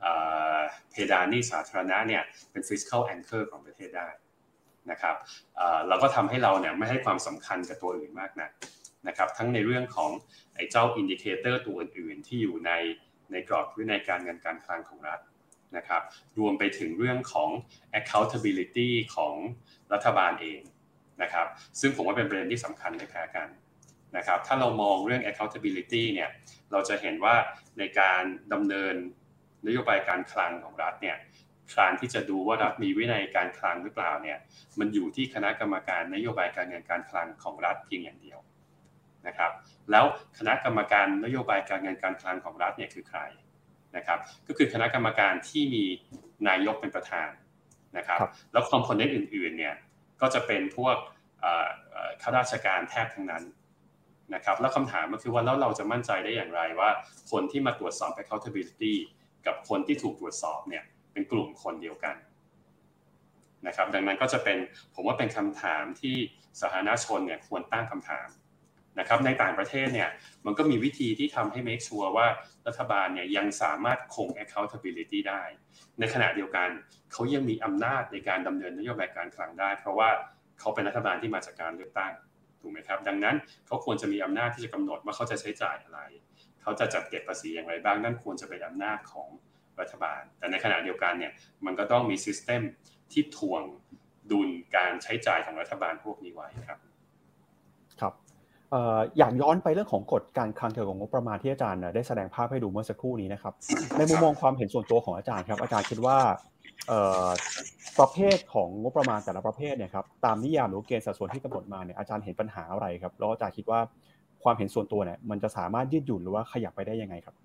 เพดานหนี้สาธารณะเนี่ยเป็น fiscal anchor ของประเทศได้นะครับเราก็ทำให้เราเนี่ยไม่ให้ความสำคัญกับตัวอื่นมากนักนะครับทั้งในเรื่องของไอ้เจ้าอินดิเคเตอร์ตัวอื่นๆที่อยู่ในกรอบวินัยการเงินการคลังของรัฐนะครับรวมไปถึงเรื่องของ accountability ของรัฐบาลเองนะครับซึ่งผมว่าเป็นประเด็นที่สำคัญไม่แพ้กันนะครับถ้าเรามองเรื่อง accountability เนี่ยเราจะเห็นว่าในการดำเนินนโยบายการคลังของรัฐเนี่ยการที่จะดูว่ารัฐมีวินัยการคลังหรือเปล่าเนี่ยมันอยู่ที่คณะกรรมการนโยบายการเงินการคลังของรัฐเพียงอย่างเดียวนะครับแล้วคณะกรรมการนโยบายการเงินการคลังของรัฐเนี่ยคือใครนะครับก็คือคณะกรรมการที่มีนายกเป็นประธานนะครับแล้วคอมโพเนนต์อื่นๆเนี่ยก็จะเป็นพวกข้าราชการแทบทั้งนั้นนะครับแล้วคำถามก็คือว่าแล้วเราจะมั่นใจได้อย่างไรว่าคนที่มาตรวจสอบ accountability กับคนที่ถูกตรวจสอบเนี่ยเป็นกลุ่มคนเดียวกันนะครับดังนั้นก็จะเป็นผมว่าเป็นคำถามที่สาธารณชนเนี่ยควรตั้งคำถามนะครับในต่างประเทศเนี่ยมันก็มีวิธีที่ทำให้ make sure ว่ารัฐบาลเนี่ยยังสามารถคง accountability ได้ในขณะเดียวกันเขายังมีอำนาจในการดำเนินนโยบายการคลังได้เพราะว่าเขาเป็นรัฐบาลที่มาจากการเลือกตั้งถูกไหมครับดังนั้นเขาควรจะมีอำนาจที่จะกำหนดว่าเขาจะใช้จ่ายอะไรเขาจะจัดเก็บภาษีอย่างไรบ้างนั่นควรจะเป็นอำนาจของรัฐบาลแต่ในขณะเดียวกันเนี่ยมันก็ต้องมี system ที่ถ่วงดุลการใช้จ่ายของรัฐบาลพวกนี้ไว้ครับครับอยากย้อนไปเรื่องของกฎการคลังเกี่ยวกับงบประมาณที่อาจารย์ได้แสดงภาพให้ดูเมื่อสักครู่นี้นะครับในมุมมองความเห็นส่วนตัวของอาจารย์ครับอาจารย์คิดว่าประเภทของงบประมาณแต่ละประเภทเนี่ยครับตามนิยามหรือเกณฑ์สัดส่วนที่กำหนดมาเนี่ยอาจารย์เห็นปัญหาอะไรครับแล้วอาจารย์คิดว่าความเห็นส่วนตัวเนี่ยมันจะสามารถยืดหยุ่นหรือว่าขยับไปได้ยังไงครับ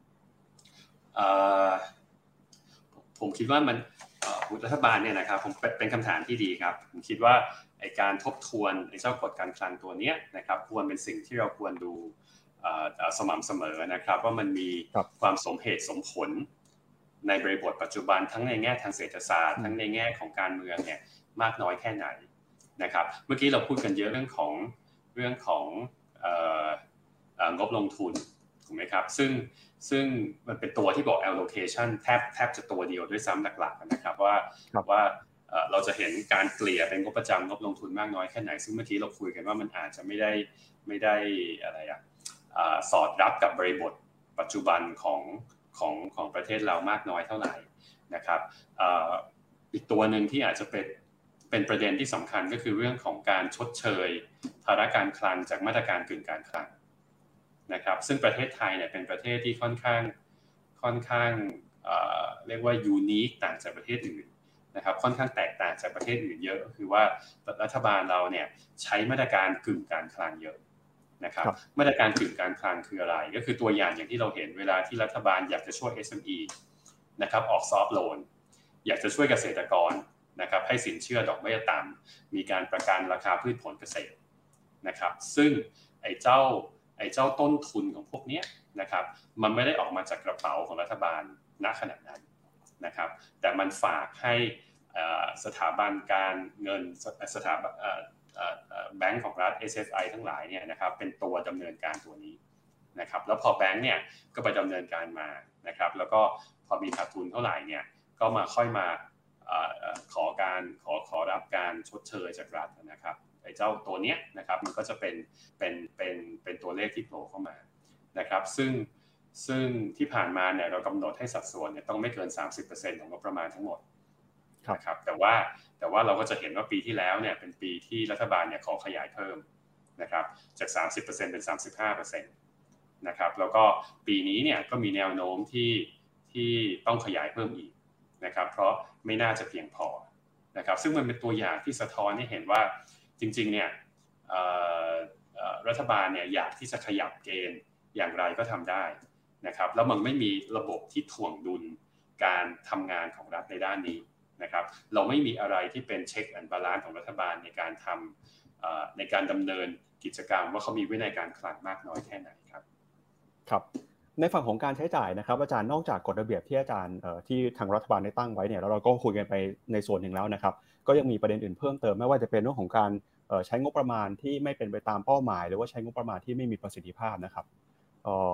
ผมคิดว่ามันรัฐบาลเนี่ยนะครับผมเป็นคำถามที่ดีครับผมคิดว่าไอ้การทบทวนไอ้เจ้ากฎการคลังตัวนี้นะครับควรเป็นสิ่งที่เราควรดูสม่ำเสมอนะครับว่ามันมีความสมเหตุสมผลในบริบทปัจจุบันทั้งในแง่ทางเศรษฐศาสตร์ทั้งในแง่ของการเมืองเนี่ยมากน้อยแค่ไหนนะครับเมื่อกี้เราพูดกันเยอะเรื่องของงบลงทุนถูกไหมครับซึ่งมันเป็นตัวที่บอก allocation แทบจะตัวเดียวด้วยซ้ำหลักๆนะครับว่าเราจะเห็นการเกลี่ยเป็นงบประจำงบลงทุนมากน้อยแค่ไหนซึ่งเมื่อกี้เราคุยกันว่ามันอาจจะไม่ได้อะไรสอดรับกับบริบทปัจจุบันของประเทศเรามากน้อยเท่าไหร่นะครับอีกตัวหนึ่งที่อาจจะเป็นประเด็นที่สำคัญก็คือเรื่องของการชดเชยภาระการคลังจากมาตรการกึ่งการคลังนะครับซึ่งประเทศไทยเนี่ยเป็นประเทศที่ค่อนข้างเรียกว่ายูนิคต่างจากประเทศอื่นนะครับค่อนข้างแตกต่างจากประเทศอื่นเยอะก็คือว่ารัฐบาลเราเนี่ยใช้มาตรการกึ่งการคลังเยอะนะครับมาตรการกึ่งการคลังคืออะไรก็คือตัวอย่างที่เราเห็นเวลาที่รัฐบาลอยากจะช่วย SME นะครับออกซอฟท์โลนอยากจะช่วยเกษตรกรนะครับให้สินเชื่อดอกเบี้ยต่ำมีการประกันราคาพืชผลเกษตรนะครับซึ่งไอ้เจ้าต้นทุนของพวกนี้นะครับมันไม่ได้ออกมาจากกระเป๋าของรัฐบาลณขณะนั้นนะครับแต่มันฝากให้สถาบันการเงินสถาบันแบงก์ของรัฐ SFI ทั้งหลายเนี่ยนะครับเป็นตัวดำเนินการตัวนี้นะครับแล้วพอแบงก์เนี่ยก็ไปดำเนินการมานะครับแล้วก็พอมีขาดทุนเท่าไหร่เนี่ยก็มาค่อยมาขอรับการชดเชยจากรัฐนะครับไอ้เจ้าตัวเนี้ยนะครับมันก็จะเป็นตัวเลขที่โผล่เข้ามานะครับซึ่งที่ผ่านมาเนี่ยเรากำหนดให้สัดส่วนเนี่ยต้องไม่เกิน 30% ของงบประมาณทั้งหมดนะครับแต่ว่าเราก็จะเห็นว่าปีที่แล้วเนี่ยเป็นปีที่รัฐบาลเนี่ยขอขยายเพิ่มนะครับจาก 30% เป็น 35% นะครับแล้วก็ปีนี้เนี่ยก็มีแนวโน้มที่ต้องขยายเพิ่มอีกนะครับเพราะไม่น่าจะเพียงพอนะครับซึ่งมันเป็นตัวอย่างที่สะท้อนให้เห็นว่าจริงๆเนี่ยรัฐบาลเนี่ยอยากที่จะขยับเกณฑ์อย่างไรก็ทำได้นะครับแล้วมันไม่มีระบบที่ถ่วงดุลการทำงานของรัฐในด้านนี้นะครับเราไม่มีอะไรที่เป็นเช็คแอนด์บาลานซ์ของรัฐบาลในการทำในการดำเนินกิจกรรมว่าเขามีวินัยการคลังมากน้อยแค่ไหนครับครับในฝั่งของการใช้จ่ายนะครับอาจารย์นอกจากกฎระเบียบที่อาจารย์ที่ทางรัฐบาลได้ตั้งไว้เนี่ยแล้วเราก็คุยกันไปในส่วนหนึ่งแล้วนะครับก็ยังมีประเด็นอื่นเพิ่มเติมไม่ว่าจะเป็นเรื่องของการใช้งบประมาณที่ไม่เป็นไปตามเป้าหมายหรือว่าใช้งบประมาณที่ไม่มีประสิทธิภาพนะครับ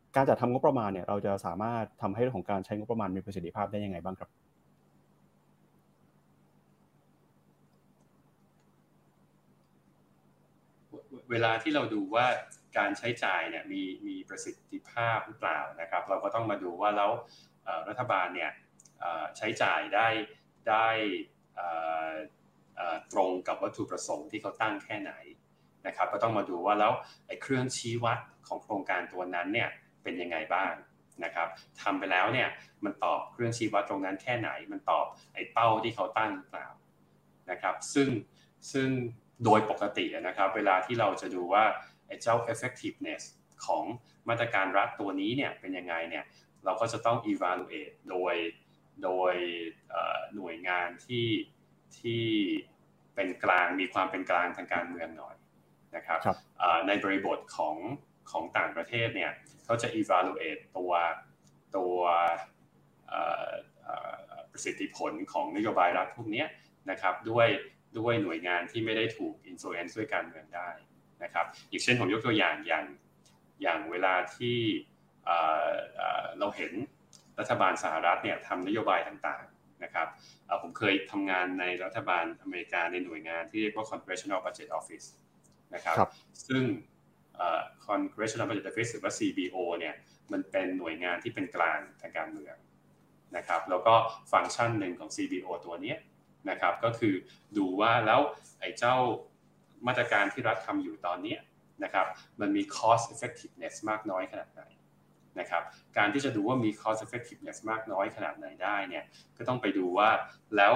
การจัดทำงบประมาณเนี่ยเราจะสามารถทำให้เรื่องของการใช้งบประมาณมีประสิทธิภาพได้ยังไงบ้างครับเวลาที่เราดูว่าการใช้จ่ายเนี่ยมีประสิทธิภาพหรือเปล่านะครับเราก็ต้องมาดูว่าแล้วรัฐบาลเนี่ยใช้จ่ายได้ตรงกับวัตถุประสงค์ที่เขาตั้งแค่ไหนนะครับก็ต้องมาดูว่าแล้วไอ้เครื่องชี้วัดของโครงการตัวนั้นเนี่ยเป็นยังไงบ้างนะครับทำไปแล้วเนี่ยมันตอบเครื่องชี้วัดตรงนั้นแค่ไหนมันตอบไอ้เป้าที่เขาตั้งหรือเปล่านะครับซึ่งโดยปกตินะครับเวลาที่เราจะดูว่าไอ้เจ้า effectiveness ของมาตรการรัฐตัวนี้เนี่ยเป็นยังไงเนี่ยเราก็จะต้อง evaluate โดยหน่วยงานที่เป็นกลางมีความเป็นกลางทางการเมืองหน่อยนะครับในบริบทของต่างประเทศเนี่ยเขาจะ evaluate ตัวประสิทธิผลของนโยบายรัฐพวกนี้นะครับด้วยหน่วยงานที่ไม่ได้ถูก influence ด้วยการเมืองได้นะครับอย่างเช่นผมยกตัวอย่างเวลาที่เราเห็นรัฐบาลสหรัฐเนี่ยทำนโยบายต่างๆนะครับผมเคยทำงานในรัฐบาลอเมริกาในหน่วยงานที่เรียกว่า Congressional Budget Office นะครับซึ่งCongressional Budget Office หรือว่า CBO เนี่ยมันเป็นหน่วยงานที่เป็นกลางทางการเมืองนะครับแล้วก็ฟังก์ชันหนึ่งของ CBO ตัวนี้นะครับก็คือดูว่าแล้วไอ้เจ้ามาตรการที่รัฐทำอยู่ตอนนี้นะครับมันมี cost effectiveness มากน้อยขนาดไหนนะครับการที่จะดูว่ามี cost effectiveness มากน้อยขนาดไหนได้เนี่ยก็ต้องไปดูว่าแล้ว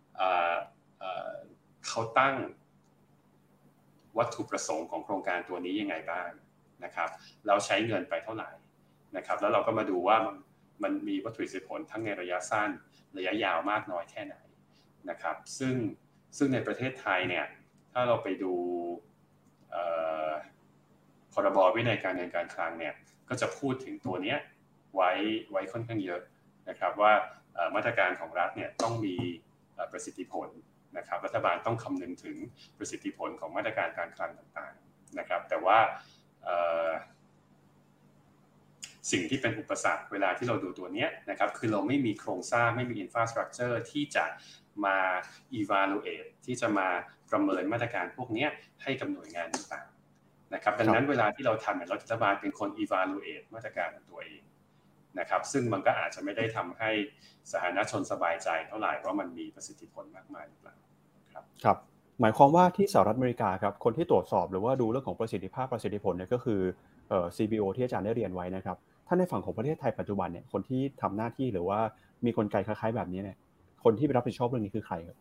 เขาตั้งวัตถุประสงค์ของโครงการตัวนี้ยังไงบ้างนะครับเราใช้เงินไปเท่าไหร่นะครับแล้วเราก็มาดูว่ามันมีวัตถุประสงค์ทั้งในระยะสั้นระยะยาวมากน้อยแค่ไหนนะครับซึ่งในประเทศไทยเนี่ยถ้าเราไปดูพรบวินัยการเงินการคลังเนี่ยก็จะพูดถึงตัวนี้ไว้ค่อนข้างเยอะนะครับว่ามาตรการของรัฐเนี่ยต้องมีประสิทธิผลนะครับรัฐบาลต้องคำนึงถึงประสิทธิผลของมาตรการการคลังต่างๆนะครับแต่ว่าสิ่งที่เป็นอุปสรรคเวลาที่เราดูตัวนี้นะครับคือเราไม่มีโครงสร้างไม่มี infrastructure ที่จะมา evaluate ที่จะมาประเมินมาตรการพวกนี้ให้กับหน่วยงานต่างๆนะครับดังนั้นเวลาที่เราทำเนี่ยรัฐบาลเป็นคน evaluate มาตรการของตัวเองนะครับซึ่งมันก็อาจจะไม่ได้ทำให้สาธารณชนสบายใจเท่าไหร่ว่ามันมีประสิทธิผลมากมายหรือเปล่าครับหมายความว่าที่สหรัฐอเมริกาครับคนที่ตรวจสอบหรือว่าดูเรื่องของประสิทธิภาพประสิทธิผลเนี่ยก็คือCBO ที่อาจารย์ได้เรียนไว้นะครับถ้าในฝั่งของประเทศไทยปัจจุบันเนี่ยคนที่ทำหน้าที่หรือว่ามีกลไกคล้ายๆแบบนี้เนี่ยคนที่รับผิดชอบเรื่องนี้คือใครครับ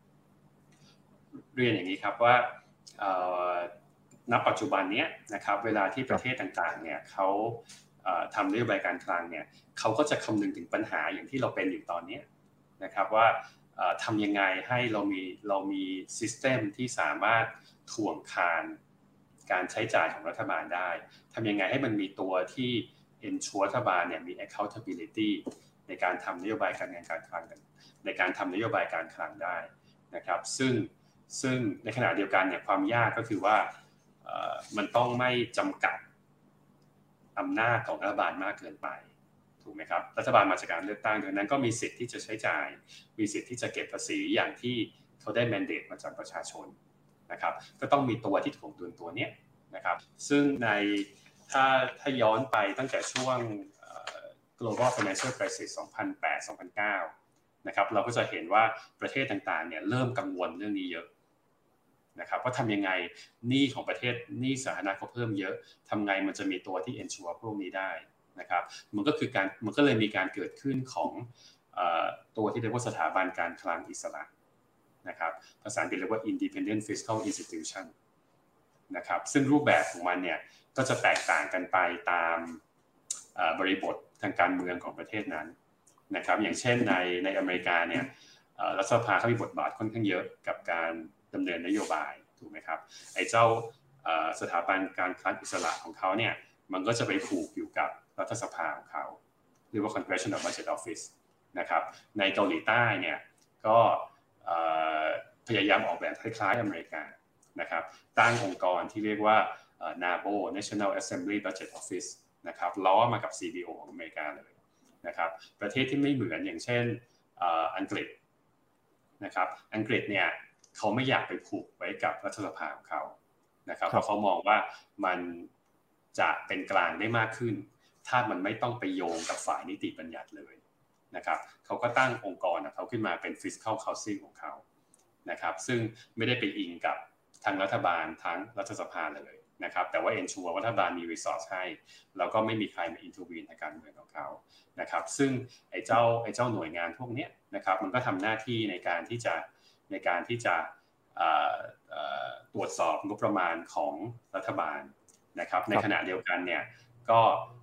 เรียนอย่างนี้ครับว่าณปัจจุบันนี้นะครับเวลาที่ประเทศต่างๆเนี่ยเขาทำนโยบายการคลังเนี่ยเขาก็จะคำนึงถึงปัญหาอย่างที่เราเป็นอยู่ตอนนี้นะครับว่าทำยังไงให้เรามีซิสเต็มที่สามารถถ่วงคานการใช้จ่ายของรัฐบาลได้ทำยังไงให้มันมีตัวที่ ensure รัฐบาลเนี่ยมี accountability ในการทำนโยบายการเงินการคลังในการทำนโยบายการคลังได้นะครับซึ่งในขณะเดียวกันเนี่ยความยากก็คือว่ามันต้องไม่จำกัดอำนาจของรัฐบาลมากเกินไปถูกไหมครับรัฐบาลมาจากการเลือกตั้งดังนั้นก็มีสิทธิ์ที่จะใช้จ่ายมีสิทธิ์ที่จะเก็บภาษีอย่างที่เขาได้ mandate มาจากประชาชนนะครับก็ต้องมีตัวที่ถ่วงดุลตัวนี้นะครับซึ่งในถ้าย้อนไปตั้งแต่ช่วงglobal financial crisis 2008-2009 นะครับเราก็จะเห็นว่าประเทศต่างๆเนี่ยเริ่มกังวลเรื่องนี้เยอะนะครับว่าทำยังไงหนี้ของประเทศหนี้สาธารณะเขาเพิ่มเยอะทำไงมันจะมีตัวที่ ensure พวกนี้ได้นะครับมันก็เลยมีการเกิดขึ้นของตัวที่เรียกว่าสถาบันการคลังอิสระนะครับภาษาอังกฤษเรียกว่า independent fiscal institution นะครับซึ่งรูปแบบของมันเนี่ยก็จะแตกต่างกันไปตามบริบททางการเมืองของประเทศนั้นนะครับอย่างเช่นในอเมริกาเนี่ยรัฐสภาเขามีบทบาทค่อนข้างเยอะกับการดำเนินนโยบายถูกไหมครับไอ้เจ้าสถาบันการคลังอิสระของเขาเนี่ยมันก็จะไปผูกอยู่กับรัฐสภาของเขาเรียกว่า Congressional Budget Office นะครับในเกาหลีใต้เนี่ยก็พยายามออกแบบคล้ายๆอเมริกานะครับตั้งองค์กรที่เรียกว่าNABO National Assembly Budget Office นะครับล้อมากับ CBO ของอเมริกาเลยนะครับประเทศที่ไม่เหมือนอย่างเช่นอังกฤษนะครับอังกฤษเนี่ยเขาไม่อยากไปผูกไว้กับรัฐสภาของเขานะครับเพราะเขามองว่ามันจะเป็นกลางได้มากขึ้นถ้ามันไม่ต้องไปโยงกับฝ่ายนิติบัญญัติเลยนะครับเขาก็ตั้งองค์กรของเขาขึ้นมาเป็น Fiscal Council ของเขานะครับซึ่งไม่ได้ไปอิงกับทางรัฐบาลทั้งรัฐสภาเลยนะครับแต่ว่า ensure ว่ารัฐบาลมี resource ให้แล้วก็ไม่มีใครมา intervene ในการเมืองของเขานะครับซึ่งไอ้เจ้าหน่วยงานพวกนี้นะครับมันก็ทำหน้าที่ในการที่จะตรวจสอบงบประมาณของรัฐบาลนะครับในขณะเดียวกันเนี่ยก็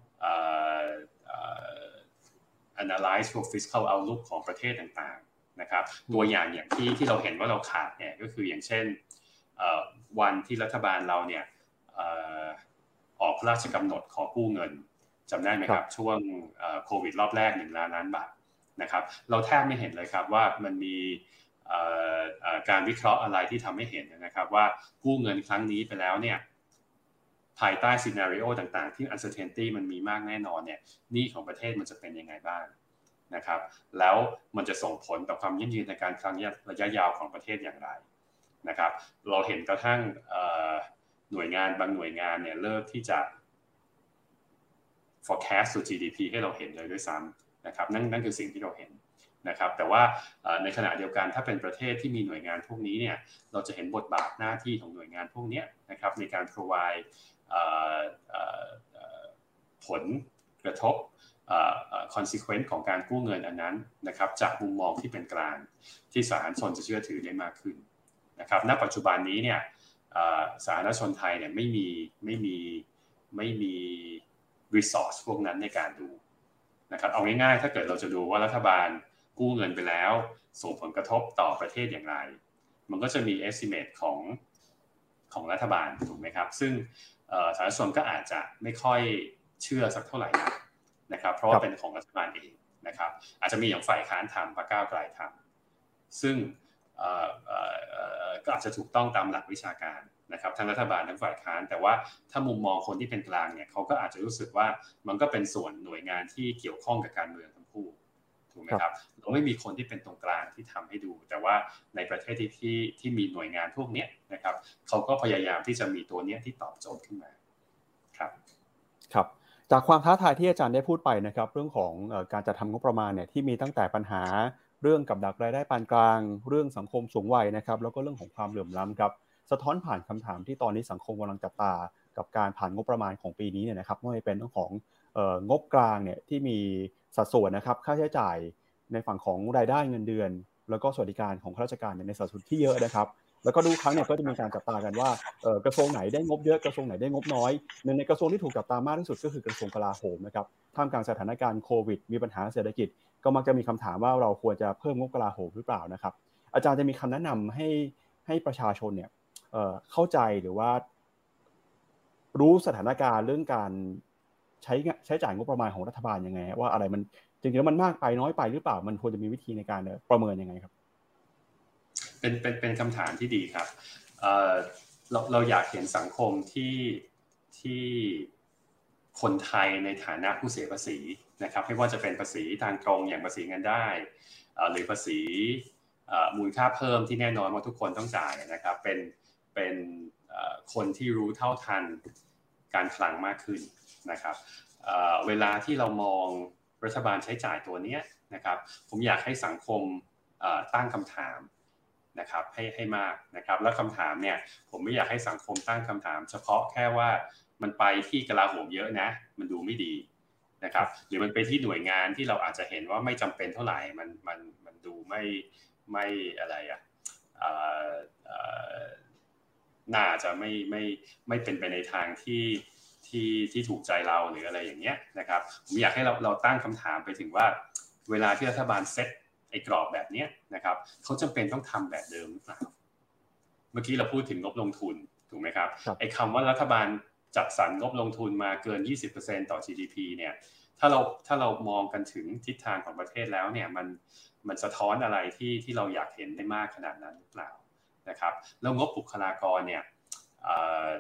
analyze พวก fiscal outlook ของประเทศต่างๆนะครับตัวอย่างที่เราเห็นว่าเราขาดเนี่ยก็คืออย่างเช่นวันที่รัฐบาลเราเนี่ยออกพระราชกำหนดขอกู้เงินจำได้ไหมครับช่วงโควิดรอบแรก1 ล้านบาทนะครับเราแทบไม่เห็นเลยครับว่ามันมีการวิเคราะห์อะไรที่ทำให้เห็นนะครับว่ากู้เงินครั้งนี้ไปแล้วเนี่ยภายใต้ซีนาริโอต่างๆที่ uncertainty มันมีมากแน่นอนเนี่ยหนี้ของประเทศมันจะเป็นยังไงบ้างนะครับแล้วมันจะส่งผลต่อความยั่งยืนในการคลังระยะยาวของประเทศอย่างไรนะครับเราเห็นกระทั่งหน่วยงานบางหน่วยงานเนี่ยเริ่มที่จะ forecast สู่ GDP ให้เราเห็นเลยด้วยซ้ำนะครับนั่นคือสิ่งที่เราเห็นนะครับแต่ว่าในขณะเดียวกันถ้าเป็นประเทศที่มีหน่วยงานพวกนี้เนี่ยเราจะเห็นบทบาทหน้าที่ของหน่วยงานพวกนี้นะครับในการ provide ผลกระทบconsequence ของการกู้เงินอันนั้นนะครับจากมุมมองที่เป็นกลางที่สาธารณชนจะเชื่อถือได้มากขึ้นนะครับณปัจจุบันนี้เนี่ยสาธารณชนไทยเนี่ยไม่มี resource พวกนั้นในการดูนะครับเอาง่ายๆถ้าเกิดเราจะดูว่ารัฐบาลกู้เงินไปแล้วส่งผลกระทบต่อประเทศอย่างไรมันก็จะมี estimate ของรัฐบาลถูกไหมครับซึ่งสาธารณชนก็อาจจะไม่ค่อยเชื่อสักเท่าไหร่นะครับเพราะว่าเป็นของรัฐบาลเองนะครับอาจจะมีอย่างฝ่ายค้านทำพรรคก้าวไกลทำซึ่งก็อาจจะถูกต้องตามหลักวิชาการนะครับทั้งรัฐบาลทั้งฝ่ายค้านแต่ว่าถ้ามุมมองคนที่เป็นกลางเนี่ยเขาก็อาจจะรู้สึกว่ามันก็เป็นส่วนหน่วยงานที่เกี่ยวข้องกับการเมืองทั้งคู่ถูกไหมครับเราไม่มีคนที่เป็นตรงกลางที่ทำให้ดูแต่ว่าในประเทศที่มีหน่วยงานพวกนี้นะครับเขาก็พยายามที่จะมีตัวนี้ที่ตอบโจทย์ขึ้นมาครับจากความท้าทายที่อาจารย์ได้พูดไปนะครับเรื่องของการจัดทำงบประมาณเนี่ยที่มีตั้งแต่ปัญหาเรื่องกับดักรายได้ปานกลางเรื่องสังคมสูงวัยนะครับแล้วก็เรื่องของความเหลื่อมล้ำครับสะท้อนผ่านคำถามที่ตอนนี้สังคมกำลังจับตากับการผ่านงบประมาณของปีนี้เนี่ยนะครับไม่ว่าจะเป็นเรื่องของงบกลางเนี่ยที่มีสัดส่วนนะครับค่าใช้จ่ายในฝั่งของรายได้เงินเดือนแล้วก็สวัสดิการของข้าราชการในสัดส่วนที่เยอะนะครับแล้วก็ทุกครั้งเนี่ยก็จะมีการจับตากันว่ากระทรวงไหนได้งบเยอะกระทรวงไหนได้งบน้อยในกระทรวงที่ถูกจับตามากที่สุดก็คือกระทรวงกลาโหมนะครับท่ามกลางสถานการณ์โควิดมีปัญหาเศรษฐกิจก็มักจะมีคำถามว่าเราควรจะเพิ่มงบกลาโหมหรือเปล่านะครับอาจารย์จะมีคำแนะนำให้ประชาชนเนี่ยเข้าใจหรือว่ารู้สถานการณ์เรื่องการใช้จ่ายงบประมาณของรัฐบาลยังไงว่าอะไรมันจริงๆแล้วมันมากไปน้อยไปหรือเปล่ามันควรจะมีวิธีในการประเมินยังไงครับเป็นคำถามที่ดีครับเราอยากเห็นสังคมที่คนไทยในฐานะผู้เสียภาษีนะครับไม่ว่าจะเป็นภาษีทางตรงอย่างภาษีเงินได้หรือภาษีมูลค่าเพิ่มที่แน่นอนว่าทุกคนต้องจ่ายนะครับเป็นคนที่รู้เท่าทันการคลังมากขึ้นนะครับเวลาที่เรามองรัฐบาลใช้จ่ายตัวนี้นะครับผมอยากให้สังคมตั้งคำถามนะครับให้มากนะครับแล้วคำถามเนี่ยผมไม่อยากให้สังคมตั้งคำถามเฉพาะแค่ว่ามันไปที่กลาโหมเยอะนะมันดูไม่ดีนะครับหรือมันไปที่หน่วยงานที่เราอาจจะเห็นว่าไม่จำเป็นเท่าไหร่มันดูไม่อะไรน่าจะไม่เป็นไปในทางที่ถูกใจเราหรืออะไรอย่างเงี้ยนะครับผมอยากให้เราตั้งคำถามไปถึงว่าเวลาที่รัฐบาลเซตไอ้กรอบแบบนี้นะครับเขาจำเป็นต้องทำแบบเดิมหรือเปล่าเมื่อกี้เราพูดถึงงบลงทุนถูกไหมครับไอ้คำว่ารัฐบาลจัดสรรงบลงทุนมาเกิน 20% ต่อ GDP เนี่ยถ้าเรามองกันถึงทิศทางของประเทศแล้วเนี่ยมันสะท้อนอะไรที่เราอยากเห็นได้มากขนาดนั้นหรือเปล่านะครับแล้วงบบุคลากรเนี่ย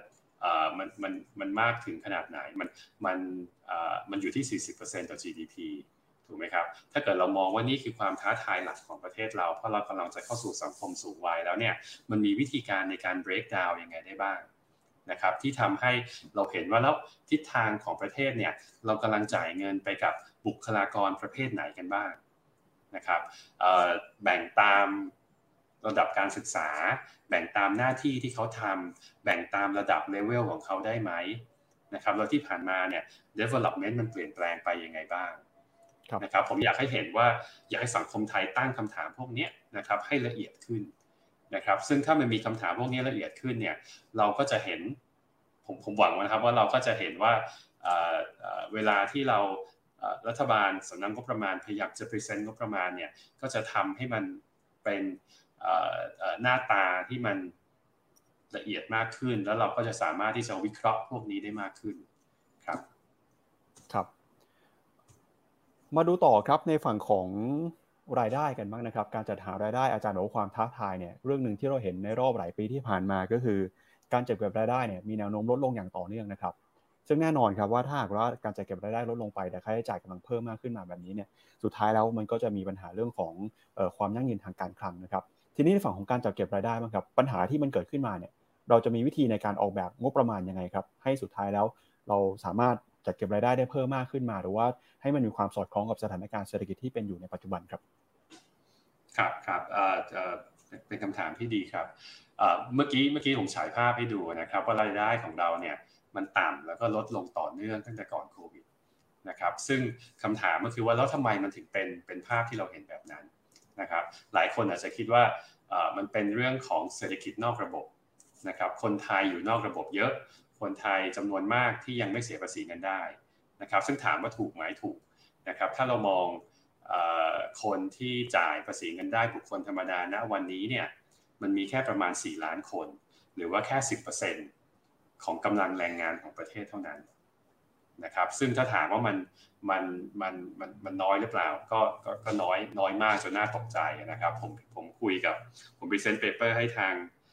มันมากถึงขนาดไหนมันอยู่ที่ 40% ต่อ GDP ถูกไหมครับถ้าเกิดเรามองว่านี่คือความท้าทายหลักของประเทศเราเพราะเรากำลังจะเข้าสู่สังคมสูงวัยแล้วเนี่ยมันมีวิธีการในการ break down ยังไงได้บ้างนะครับที่ทำให้เราเห็นว่าแล้วทิศทางของประเทศเนี่ยเรากำลังจ่ายเงินไปกับบุคลากรประเภทไหนกันบ้างนะครับแบ่งตามระดับการศึกษาแบ่งตามหน้าที่ที่เขาทำแบ่งตามระดับเลเวลของเขาได้ไหมนะครับแล้วที่ผ่านมาเนี่ย development มันเปลี่ยนแปลงไปยังไงบ้างนะครับผมอยากให้เห็นว่าอยากให้สังคมไทยตั้งคำถามพวกนี้นะครับให้ละเอียดขึ้นนะครับซึ่งถ้ามันมีคำถามพวกนี้ละเอียดขึ้นเนี่ยเราก็จะเห็นผมหวังนะครับว่าเราก็จะเห็นว่าเวลาที่เรารัฐบาลสำนักงบประมาณพยายามจะ present งบประมาณเนี่ยก็จะทำให้มันเป็นหน้าตาที่มันละเอียดมากขึ้นแล้วเราก็จะสามารถที่จะวิเคราะห์พวกนี้ได้มากขึ้นครับครับมาดูต่อครับในฝั่งของรายได้กันบ้างนะครับการจัดหารายได้อาจารย์บอกว่าความท้าทายเนี่ยเรื่องนึงที่เราเห็นในรอบหลายปีที่ผ่านมาก็คือการจัดเก็บรายได้เนี่ยมีแนวโน้มลดลงอย่างต่อเนื่องนะครับซึ่งแน่นอนครับว่าถ้าหากว่าการจัดเก็บรายได้ลดลงไปแต่ค่าใช้จ่ายกำลังเพิ่มมากขึ้นมาแบบนี้เนี่ยสุดท้ายแล้วมันก็จะมีปัญหาเรื่องของความยั่งยืนทางการคลังนะครับทีนี้ในฝั่งของการจัดเก็บรายได้บ้างครับปัญหาที่มันเกิดขึ้นมาเนี่ยเราจะมีวิธีในการออกแบบงบประมาณยังไงครับให้สุดท้ายแล้วเราสามารถจัดเก็บรายได้ได้เพิ่มมากขึ้นมาหรือว่าให้มันมีความสอดคล้องกับสถานการณ์เศรษฐกิจที่เป็นอยู่ในปัจจุบันครับครับเป็นคำถามที่ดีครับเมื่อกี้ผมฉายภาพให้ดูนะครับว่ารายได้ของเราเนี่ยมันต่ำแล้วก็ลดลงต่อเนื่องตั้งแต่ก่อนโควิดนะครับซึ่งคำถามก็คือว่าแล้วทำไมมันถึงเป็นภาพที่เราเห็นแบบนั้นนะครับหลายคนอาจจะคิดว่ามันเป็นเรื่องของเศรษฐกิจนอกระบบนะครับคนไทยอยู่นอกระบบเยอะคนไทยจำนวนมากที่ยังไม่เสียภาษีกันได้นะครับซึ่งถามว่าถูกไหมถูกนะครับถ้าเรามองคนที่จ่ายภาษีเงินได้บุคคลธรรมดาณวันนี้เนี่ยมันมีแค่ประมาณ4ล้านคนหรือว่าแค่ 10% ของกำลังแรงงานของประเทศเท่านั้นนะครับซึ่งถ้าถามว่ามันน้อยหรือเปล่าก็น้อยมากจนน่าตกใจนะครับผมpresent paper ให้ทาง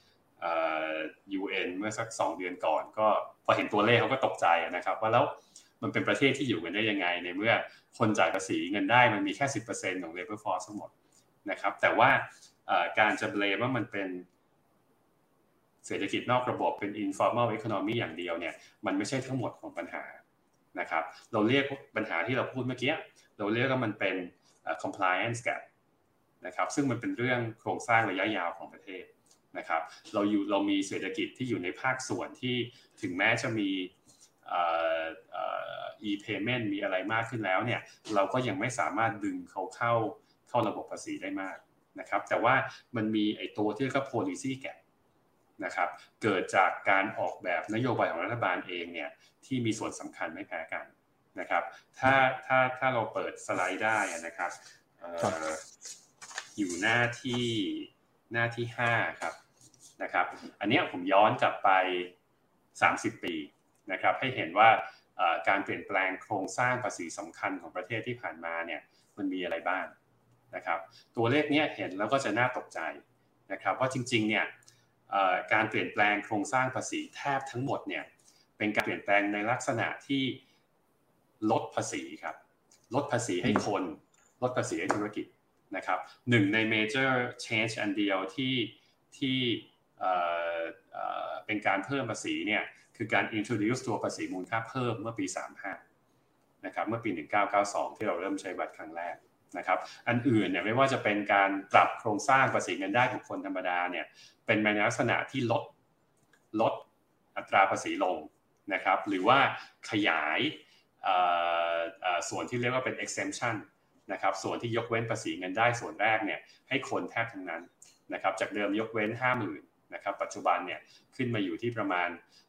UN เมื่อสัก2เดือนก่อนก็พอเห็นตัวเลขเขาก็ตกใจนะครับว่าแล้วมันเป็นประเทศที่อยู่กันได้ยังไงในเมื่อคนจ่ายภาษีเงินได้มันมีแค่ 10% ของ labor force ทั้งหมดนะครับแต่ว่าการจะเบลมว่ามันเป็นเศรษฐกิจนอกระบบเป็น informal economy อย่างเดียวเนี่ยมันไม่ใช่ทั้งหมดของปัญหานะครับเราเรียกปัญหาที่เราพูดเมื่อกี้เราเรียกว่ามันเป็น compliance gap นะครับซึ่งมันเป็นเรื่องโครงสร้างระยะยาวของประเทศนะครับเรามีเศรษฐกิจที่อยู่ในภาคส่วนที่ถึงแม้จะมีe-payment มีอะไรมากขึ้นแล้วเนี่ยเราก็ยังไม่สามารถดึงเขาเข้าระบบภาษีได้มากนะครับแต่ว่ามันมีไอ้ตัวที่เรียกว่า policy gap นะครับเกิดจากการออกแบบนโยบายของรัฐบาลเองเนี่ยที่มีส่วนสำคัญไม่แพ้กันนะครับถ้าเราเปิดสไลด์ได้นะครับอยู่หน้าที่5ครับนะครับอันนี้ผมย้อนกลับไป30ปีนะครับให้เห็นว่าการเปลี่ยนแปลงโครงสร้างภาษีสำคัญของประเทศที่ผ่านมาเนี่ยมันมีอะไรบ้างนะครับตัวเลขนี้เห็นแล้วก็จะน่าตกใจนะครับว่าจริงๆเนี่ยการเปลี่ยนแปลงโครงสร้างภาษีแทบทั้งหมดเนี่ยเป็นการเปลี่ยนแปลงในลักษณะที่ลดภาษีครับลดภาษีให้คนลดภาษีให้ธุรกิจนะครับหนึ่งใน major change อันเดียวที่เป็นการเพิ่มภาษีเนี่ยคือการ introduce ตัวภาษีมูลค่าเพิ่มเมื่อปี35นะครับเมื่อปี1992ที่เราเริ่มใช้บัตรครั้งแรกนะครับอันอื่นเนี่ยไม่ว่าจะเป็นการปรับโครงสร้างภาษีเงินได้ของคนธรรมดาเนี่ยเป็นในลักษณะที่ลดอัตราภาษีลงนะครับหรือว่าขยายส่วนที่เรียกว่าเป็น exemption นะครับส่วนที่ยกเว้นภาษีเงินได้ส่วนแรกเนี่ยให้คนแทบทั้งนั้นนะครับจากเดิมยกเว้น 50,000 นะครับปัจจุบันเนี่ยขึ้นมาอยู่ที่ประมาณ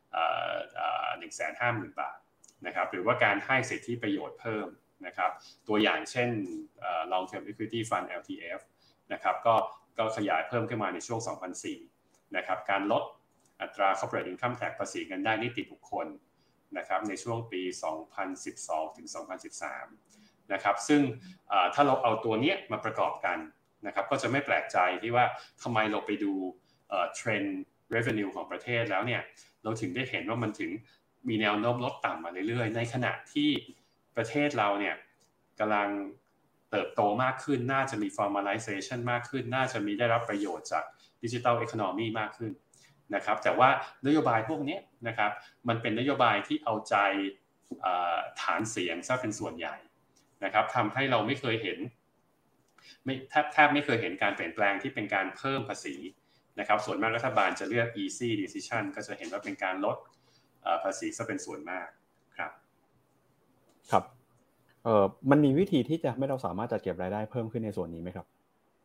150,000 บาทนะครับหรือว่าการให้สิทธิประโยชน์เพิ่มนะครับตัวอย่างเช่นlong term equity fund LTF นะครับก็ขยายเพิ่มขึ้นมาในช่วง 2004 นะครับการลดอัตรา corporate income tax ภาษีเงินได้นิติบุคคลนะครับในช่วงปี 2012 ถึง 2013 นะครับซึ่งถ้าเราเอาตัวนี้มาประกอบกันนะครับก็จะไม่แปลกใจที่ว่าทำไมเราไปดูเทรนด์ revenue ของประเทศแล้วเนี่ยเราถึงได้เห็นว่ามันถึงมีแนวโน้มลดต่ำมาเรื่อยๆในขณะที่ประเทศเราเนี่ยกำลังเติบโตมากขึ้นน่าจะมี formalization มากขึ้นน่าจะมีได้รับประโยชน์จาก digital economy มากขึ้นนะครับแต่ว่านโยบายพวกนี้นะครับมันเป็นนโยบายที่เอาใจฐานเสียงซะเป็นส่วนใหญ่นะครับทำให้เราไม่เคยเห็นแทบไม่เคยเห็นการเปลี่ยนแปลงที่เป็นการเพิ่มภาษีนะครับส่วนมากรัฐบาลจะเลือก easy decision ก็จะเห็นว่าเป็นการลดภาษีซะเป็นส่วนมากครับครับมันมีวิธีที่จะให้เราสามารถจัดเก็บรายได้เพิ่มขึ้นในส่วนนี้ไหมครับ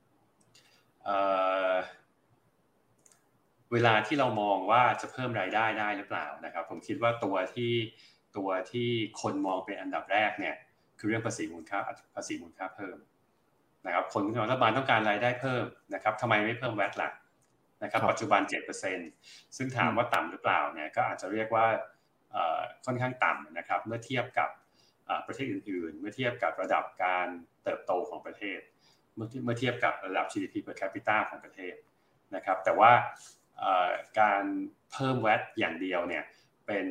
เวลาที่เรามองว่าจะเพิ่มรายได้ได้หรือเปล่านะครับผมคิดว่าตัวที่คนมองเป็นอันดับแรกเนี่ยคือเรื่องภาษีมูลค่าเพิ่มนะครับคนรัฐบาลต้องการรายได้เพิ่มนะครับทำไมไม่เพิ่มแวตล่ะนะครับปัจจุบัน 7% ซึ่งถามว่าต่ำหรือเปล่าเนี่ยก็อาจจะเรียกว่าค่อนข้างต่ำนะครับเมื่อเทียบกับประเทศอื่นๆเมื่อเทียบกับระดับการเติบโตของประเทศเมื่อเทียบกับระดับ GDP per capita ของประเทศนะครับแต่ว่าการเพิ่มแวตอย่างเดียวเนี่ยเป็น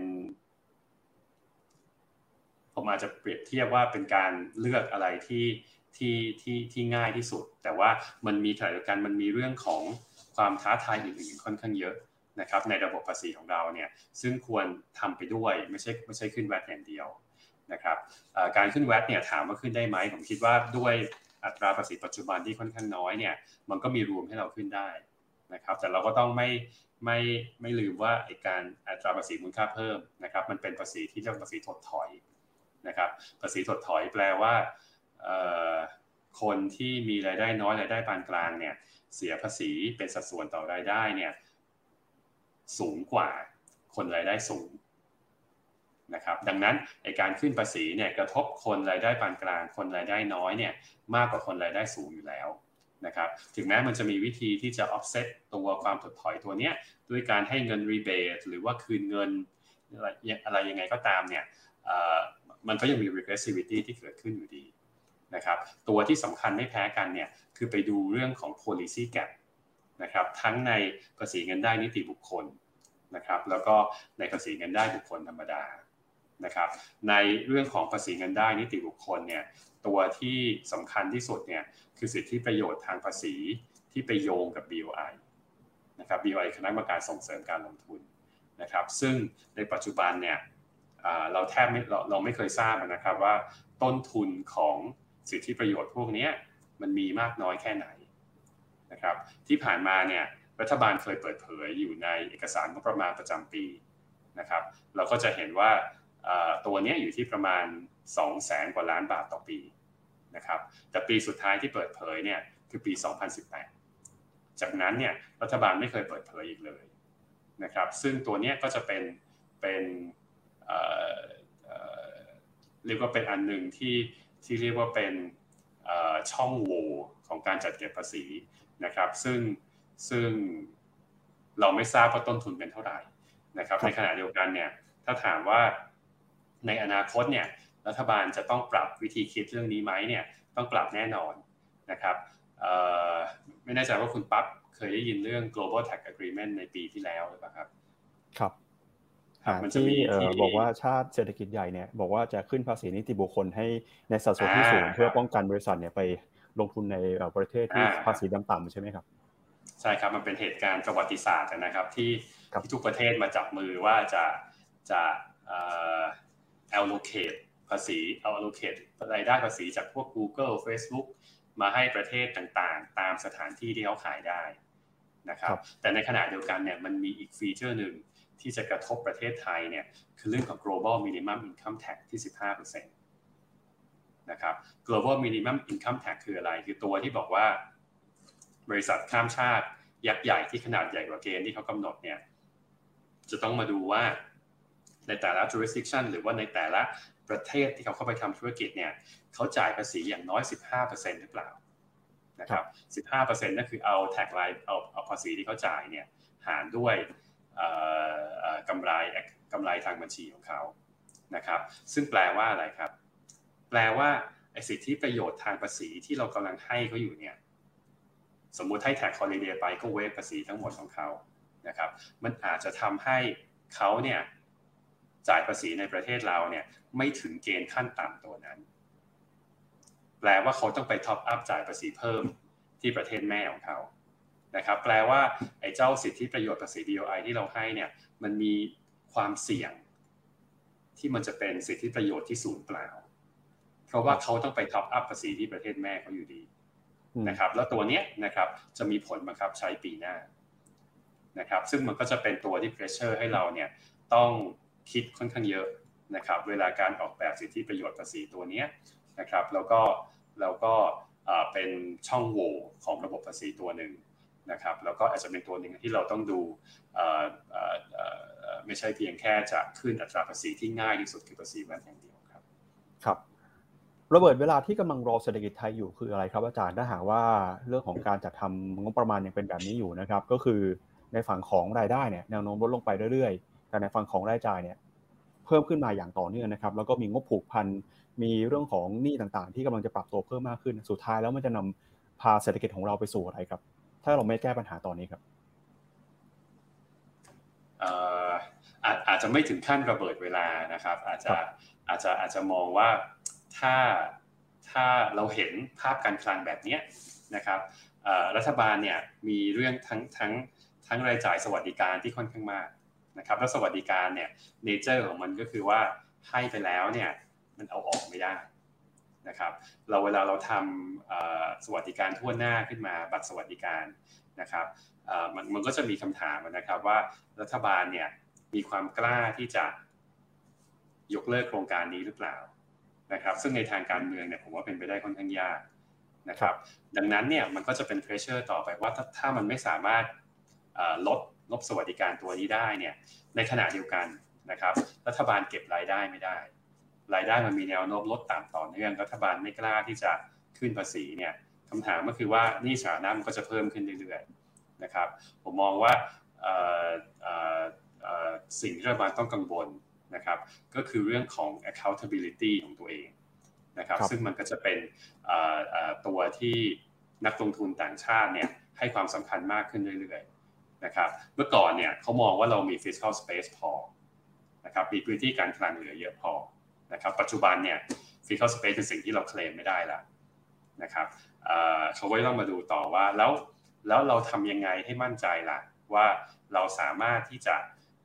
ผมอาจจะเปรียบเทียบว่าเป็นการเลือกอะไรที่ง่ายที่สุดแต่ว่ามันมีขณะเดียวกันมันมีเรื่องของความท้าทายอื่นๆค่อนข้างเยอะนะครับในระบบภาษีของเราเนี่ยซึ่งควรทำไปด้วยไม่ใช่ขึ้นแวตอย่างเดียวนะครับการขึ้นแวตเนี่ยถามว่าขึ้นได้ไหมผมคิดว่าด้วยอัตราภาษีปัจจุบันที่ค่อนข้างน้อยเนี่ยมันก็มีรูมให้เราขึ้นได้นะครับแต่เราก็ต้องไม่ลืมว่าการอัตราภาษีมูลค่าเพิ่มนะครับมันเป็นภาษีที่เรียกว่าภาษีถดถอยนะครับภาษีถดถอยแปลว่าคนที่มีรายได้น้อยรายได้ปานกลางเนี่ยเสียภาษีเป็นสัดส่วนต่อรายได้เนี่ยสูงกว่าคนรายได้สูงนะครับดังนั้นการขึ้นภาษีเนี่ยกระทบคนรายได้ปานกลางคนรายได้น้อยเนี่ยมากกว่าคนรายได้สูงอยู่แล้วนะครับถึงแม้มันจะมีวิธีที่จะ offset ตัวความถดถอยตัวเนี้ยด้วยการให้เงิน rebate หรือว่าคืนเงินอะไรยังไงก็ตามเนี่ยมันก็ยังมี regressivity ที่เกิดขึ้นอยู่ดีนะครับตัวที่สำคัญไม่แพ้กันเนี่ยคือไปดูเรื่องของ policy gap นะครับทั้งในภาษีเงินได้นิติบุคคลนะครับแล้วก็ในภาษีเงินได้บุคคลธรรมดานะครับในเรื่องของภาษีเงินได้นิติบุคคลเนี่ยตัวที่สำคัญที่สุดเนี่ยคือสิทธิประโยชน์ทางภาษีที่ไปโยงกับ BOI นะครับ BOI คณะกรรมการส่งเสริมการลงทุนนะครับซึ่งในปัจจุบันเนี่ยเราแทบเราไม่เคยทราบนะครับว่าต้นทุนของสิทธิประโยชน์พวกนี้มันมีมากน้อยแค่ไหนนะครับที่ผ่านมาเนี่ยรัฐบาลเคยเปิดเผยอยู่ในเอกสารงบประมาณประจำปีนะครับเราก็จะเห็นว่าตัวนี้อยู่ที่ประมาณ 200,000 กว่าล้านบาทต่อปีนะครับแต่ปีสุดท้ายที่เปิดเผยเนี่ยคือปี 2018จากนั้นเนี่ยรัฐบาลไม่เคยเปิดเผยอีกเลยนะครับซึ่งตัวนี้ก็จะเป็นเรียกว่าเป็นอันหนึ่งที่เรียกว่าเป็นช่องโหว่ของการจัดเก็บภาษีนะครับซึ่งเราไม่ทราบว่าต้นทุนเป็นเท่าไหร่นะครับในขณะเดียวกันเนี่ยถ้าถามว่าในอนาคตเนี่ยรัฐบาลจะต้องปรับวิธีคิดเรื่องนี้ไหมเนี่ยต้องปรับแน่นอนนะครับไม่แน่ใจว่าคุณปั๊บเคยได้ยินเรื่อง global tax agreement ในปีที่แล้วหรือเปล่าครับครับมันจะมีบอกว่าชาติเศรษฐกิจใหญ่เนี่ยบอกว่าจะขึ้นภาษีนิติบุคคลให้ในสัดส่วนที่สูงเพื่อป้องกันบริษัทเนี่ยไปลงทุนในประเทศที่ภาษีต่ำๆใช่ไหมครับใช่ครับมันเป็นเหตุการณ์ประวัติศาสตร์นะครับที่ทุกประเทศมาจับมือว่าจะallocate ภาษี allocate รายได้ภาษีจากพวก Google Facebook มาให้ประเทศต่างๆตามสถานที่ที่เขาขายได้นะครับแต่ในขณะเดียวกันเนี่ยมันมีอีกฟีเจอร์หนึ่งที่จะกระทบประเทศไทยเนี่ยคือเรื่องของ global minimum income tax ที่ 15% นะครับ global minimum income tax คืออะไรคือตัวที่บอกว่าบริษัทข้ามชาติยักษ์ใหญ่ที่ขนาดใหญ่กว่าเกณฑ์ที่เขากำหนดเนี่ยจะต้องมาดูว่าในแต่ละ jurisdiction หรือว่าในแต่ละประเทศที่เขาเข้าไปทำธุรกิจเนี่ยเขาจ่ายภาษีอย่างน้อย 15% หรือเปล่านะครับ 15% นั่นคือเอา tax line เอาภาษีที่เขาจ่ายเนี่ยหารด้วยกำไรทางบัญชีของเขานะครับซึ่งแปลว่าอะไรครับแปลว่าสิทธิประโยชน์ทางภาษีที่เรากำลังให้เขาอยู่เนี่ยสมมุติให้ tax holiday ไปก็เวฟภาษีทั้งหมดของเขานะครับมันอาจจะทำให้เขาเนี่ยจ่ายภาษีในประเทศเราเนี่ยไม่ถึงเกณฑ์ขั้นต่ำตัวนั้นแปลว่าเขาต้องไปท็อปอัพจ่ายภาษีเพิ่มที่ประเทศแม่ของเขานะครับแปลว่าไอ้เจ้าสิทธิประโยชน์ภาษี BOI ที่เราให้เนี่ยมันมีความเสี่ยงที่มันจะเป็นสิทธิประโยชน์ที่สูญเปล่าเพราะว่าเขาต้องไปท็อปอัพภาษีที่ประเทศแม่เขาอยู่ดีนะครับแล้วตัวเนี้ยนะครับจะมีผลบังคับใช้ปีหน้านะครับซึ่งมันก็จะเป็นตัวที่เพรสเชอร์ให้เราเนี่ยต้องคิดค่อนข้างเยอะนะครับเวลาการออกแบบสิทธิประโยชน์ภาษีตัวเนี้ยนะครับแล้วก็เป็นช่องโหว่ของระบบภาษีตัวหนึ่งนะครับแล้วก็อาจจะเป็นตัวหนึ่งที่เราต้องดูไม่ใช่เพียงแค่จะขึ้นอัตราภาษีที่ง่ายที่สุดคือภาษีแวตอย่างเดียวครับครับโรเบิร์ตเวลาที่กำลังรอเศรษฐกิจไทยอยู่คืออะไรครับอาจารย์ถ้าหากว่าเรื่องของการจัดทำงบประมาณยังเป็นแบบนี้อยู่นะครับก็คือในฝั่งของรายได้เนี่ยแนวโน้มลดลงไปเรื่อยๆแต่ในฝั่งของรายจ่ายเนี่ยเพิ่มขึ้นมาอย่างต่อเนื่องนะครับแล้วก็มีงบผูกพันมีเรื่องของหนี้ต่างๆที่กำลังจะปรับตัวเพิ่มมากขึ้นสุดท้ายแล้วมันจะนำพาเศรษฐกิจของเราไปสู่อะไรครับถ้าเราไม่แก้ปัญหาตอนนี้ครับอาจจะไม่ถึงขั้นระเบิดเวลานะครับอาจจะมองว่าถ้าเราเห็นภาพการคลังแบบนี้นะครับรัฐบาลเนี่ยมีเรื่องทั้งรายจ่ายสวัสดิการที่ค่อนข้างมากนะครับแล้วสวัสดิการเนี่ยเนเจอร์ของมันก็คือว่าให้ไปแล้วเนี่ยมันเอาออกไม่ได้นะครับเวลาเราทำสวัสดิการทั่วหน้าขึ้นมาบัตรสวัสดิการนะครับมันก็จะมีคำถามนะครับว่ารัฐบาลเนี่ยมีความกล้าที่จะยกเลิกโครงการนี้หรือเปล่านะครับซึ่งในทางการเมืองเนี่ยผมว่าเป็นไปได้ค่อนข้างยากนะครับดังนั้นเนี่ยมันก็จะเป็น pressure ต่อไปว่าถ้ามันไม่สามารถลดงบสวัสดิการตัวนี้ได้เนี่ยในขณะเดียวกันนะครับรัฐบาลเก็บรายได้ไม่ได้รายได้มันมีแนวโน้มลดต่ำต่อเนื่องรัฐบาลไม่กล้าที่จะขึ้นภาษีเนี่ยคำถามก็คือว่าหนี้สาธารณะมันก็จะเพิ่มขึ้นเรื่อยๆนะครับผมมองว่าสิ่งที่รัฐบาลต้องกังวลนะครับก็คือเรื่องของ accountability ของตัวเองนะครับซึ่งมันก็จะเป็นตัวที่นักลงทุนต่างชาติเนี่ยให้ความสำคัญมากขึ้นเรื่อยๆนะครับเมื่อก่อนเนี่ยเขามองว่าเรามี fiscal space พอนะครับมีพื้นที่การคลังเหลือเยอะพอนะครับปัจจุบันเนี่ย fiscal space เป็นสิ่งที่เราเคลมไม่ได้แล้วนะครับเขาก็ต้องมาดูต่อว่าแล้วเราทำยังไงให้มั่นใจล่ะว่าเราสามารถที่จะ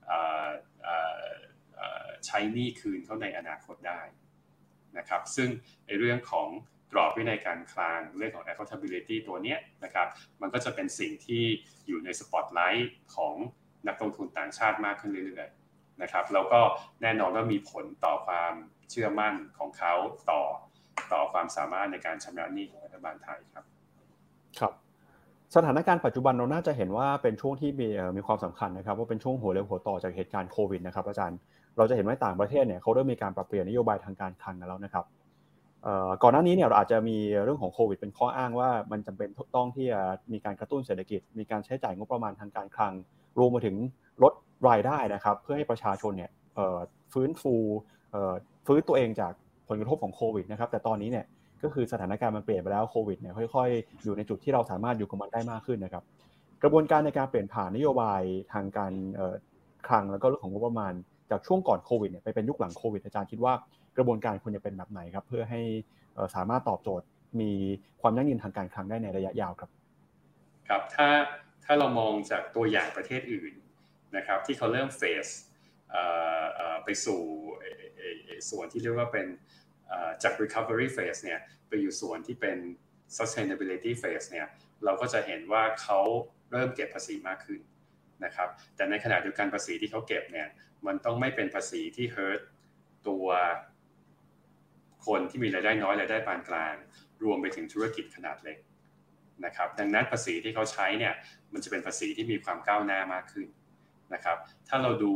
ใช้หนี้คืนเขาในอนาคตได้นะครับซึ่งในเรื่องของกรอบวินัยการคลังเรื่องของ accountability ตัวนี้นะครับมันก็จะเป็นสิ่งที่อยู่ในสปอตไลท์ของนักลงทุนต่างชาติมากขึ้นเรื่อยๆนะครับแล้วก็แน่นอนว่ามีผลต่อความเชื่อมั่นของเขาต่อความสามารถในการชำระหนี้ของรัฐบาลไทยครับครับสถานการณ์ปัจจุบันเราน่าจะเห็นว่าเป็นช่วงที่มีความสำคัญนะครับว่าเป็นช่วงหัวเลี้ยวหัวต่อจากเหตุการณ์โควิดนะครับอาจารย์เราจะเห็นว่าต่างประเทศเนี่ยเขาเริ่มมีการปรับเปลี่ยนนโยบายทางการคลังกันแล้วนะครับก่อนหน้านี้เนี่ยเราอาจจะมีเรื่องของโควิดเป็นข้ออ้างว่ามันจำเป็นต้องที่จะมีการกระตุ้นเศรษฐกิจมีการใช้จ่ายงบประมาณทางการคลังรวมไปถึงลดรายได้นะครับเพื่อให้ประชาชนเนี่ยฟื้นตัวเองจากผลกระทบของโควิดนะครับแต่ตอนนี้เนี่ยก็คือสถานการณ์มันเปลี่ยนไปแล้วโควิดเนี่ยค่อยๆอยู่ในจุดที่เราสามารถอยู่กับมันได้มากขึ้นนะครับกระบวนการในการเปลี่ยนผ่านนโยบายทางการคลังแล้วก็เรื่องของงบประมาณจากช่วงก่อนโควิดเนี่ยไปเป็นยุคหลังโควิดอาจารย์คิดว่ากระบวนการควรจะเป็นแบบไหนครับเพื่อให้สามารถตอบโจทย์มีความยั่งยืนทางการคลังได้ในระยะยาวครับครับถ้าเรามองจากตัวอย่างประเทศอื่นนะครับที่เขาเริ่มเฟสไปสู่ส่วนที่เรียกว่าเป็นจาก recovery phase เนี่ยไปอยู่ส่วนที่เป็น sustainability phase เนี่ยเราก็จะเห็นว่าเขาเริ่มเก็บภาษีมากขึ้นนะครับแต่ในขณะเดียวกันภาษีที่เขาเก็บเนี่ยมันต้องไม่เป็นภาษีที่ hurt ตัวคนที่มีรายได้น้อยรายได้ปานกลางรวมไปถึงธุรกิจขนาดเล็กนะครับดังนั้นภาษีที่เขาใช้เนี่ยมันจะเป็นภาษีที่มีความก้าวหน้ามากขึ้นนะครับถ้าเราดู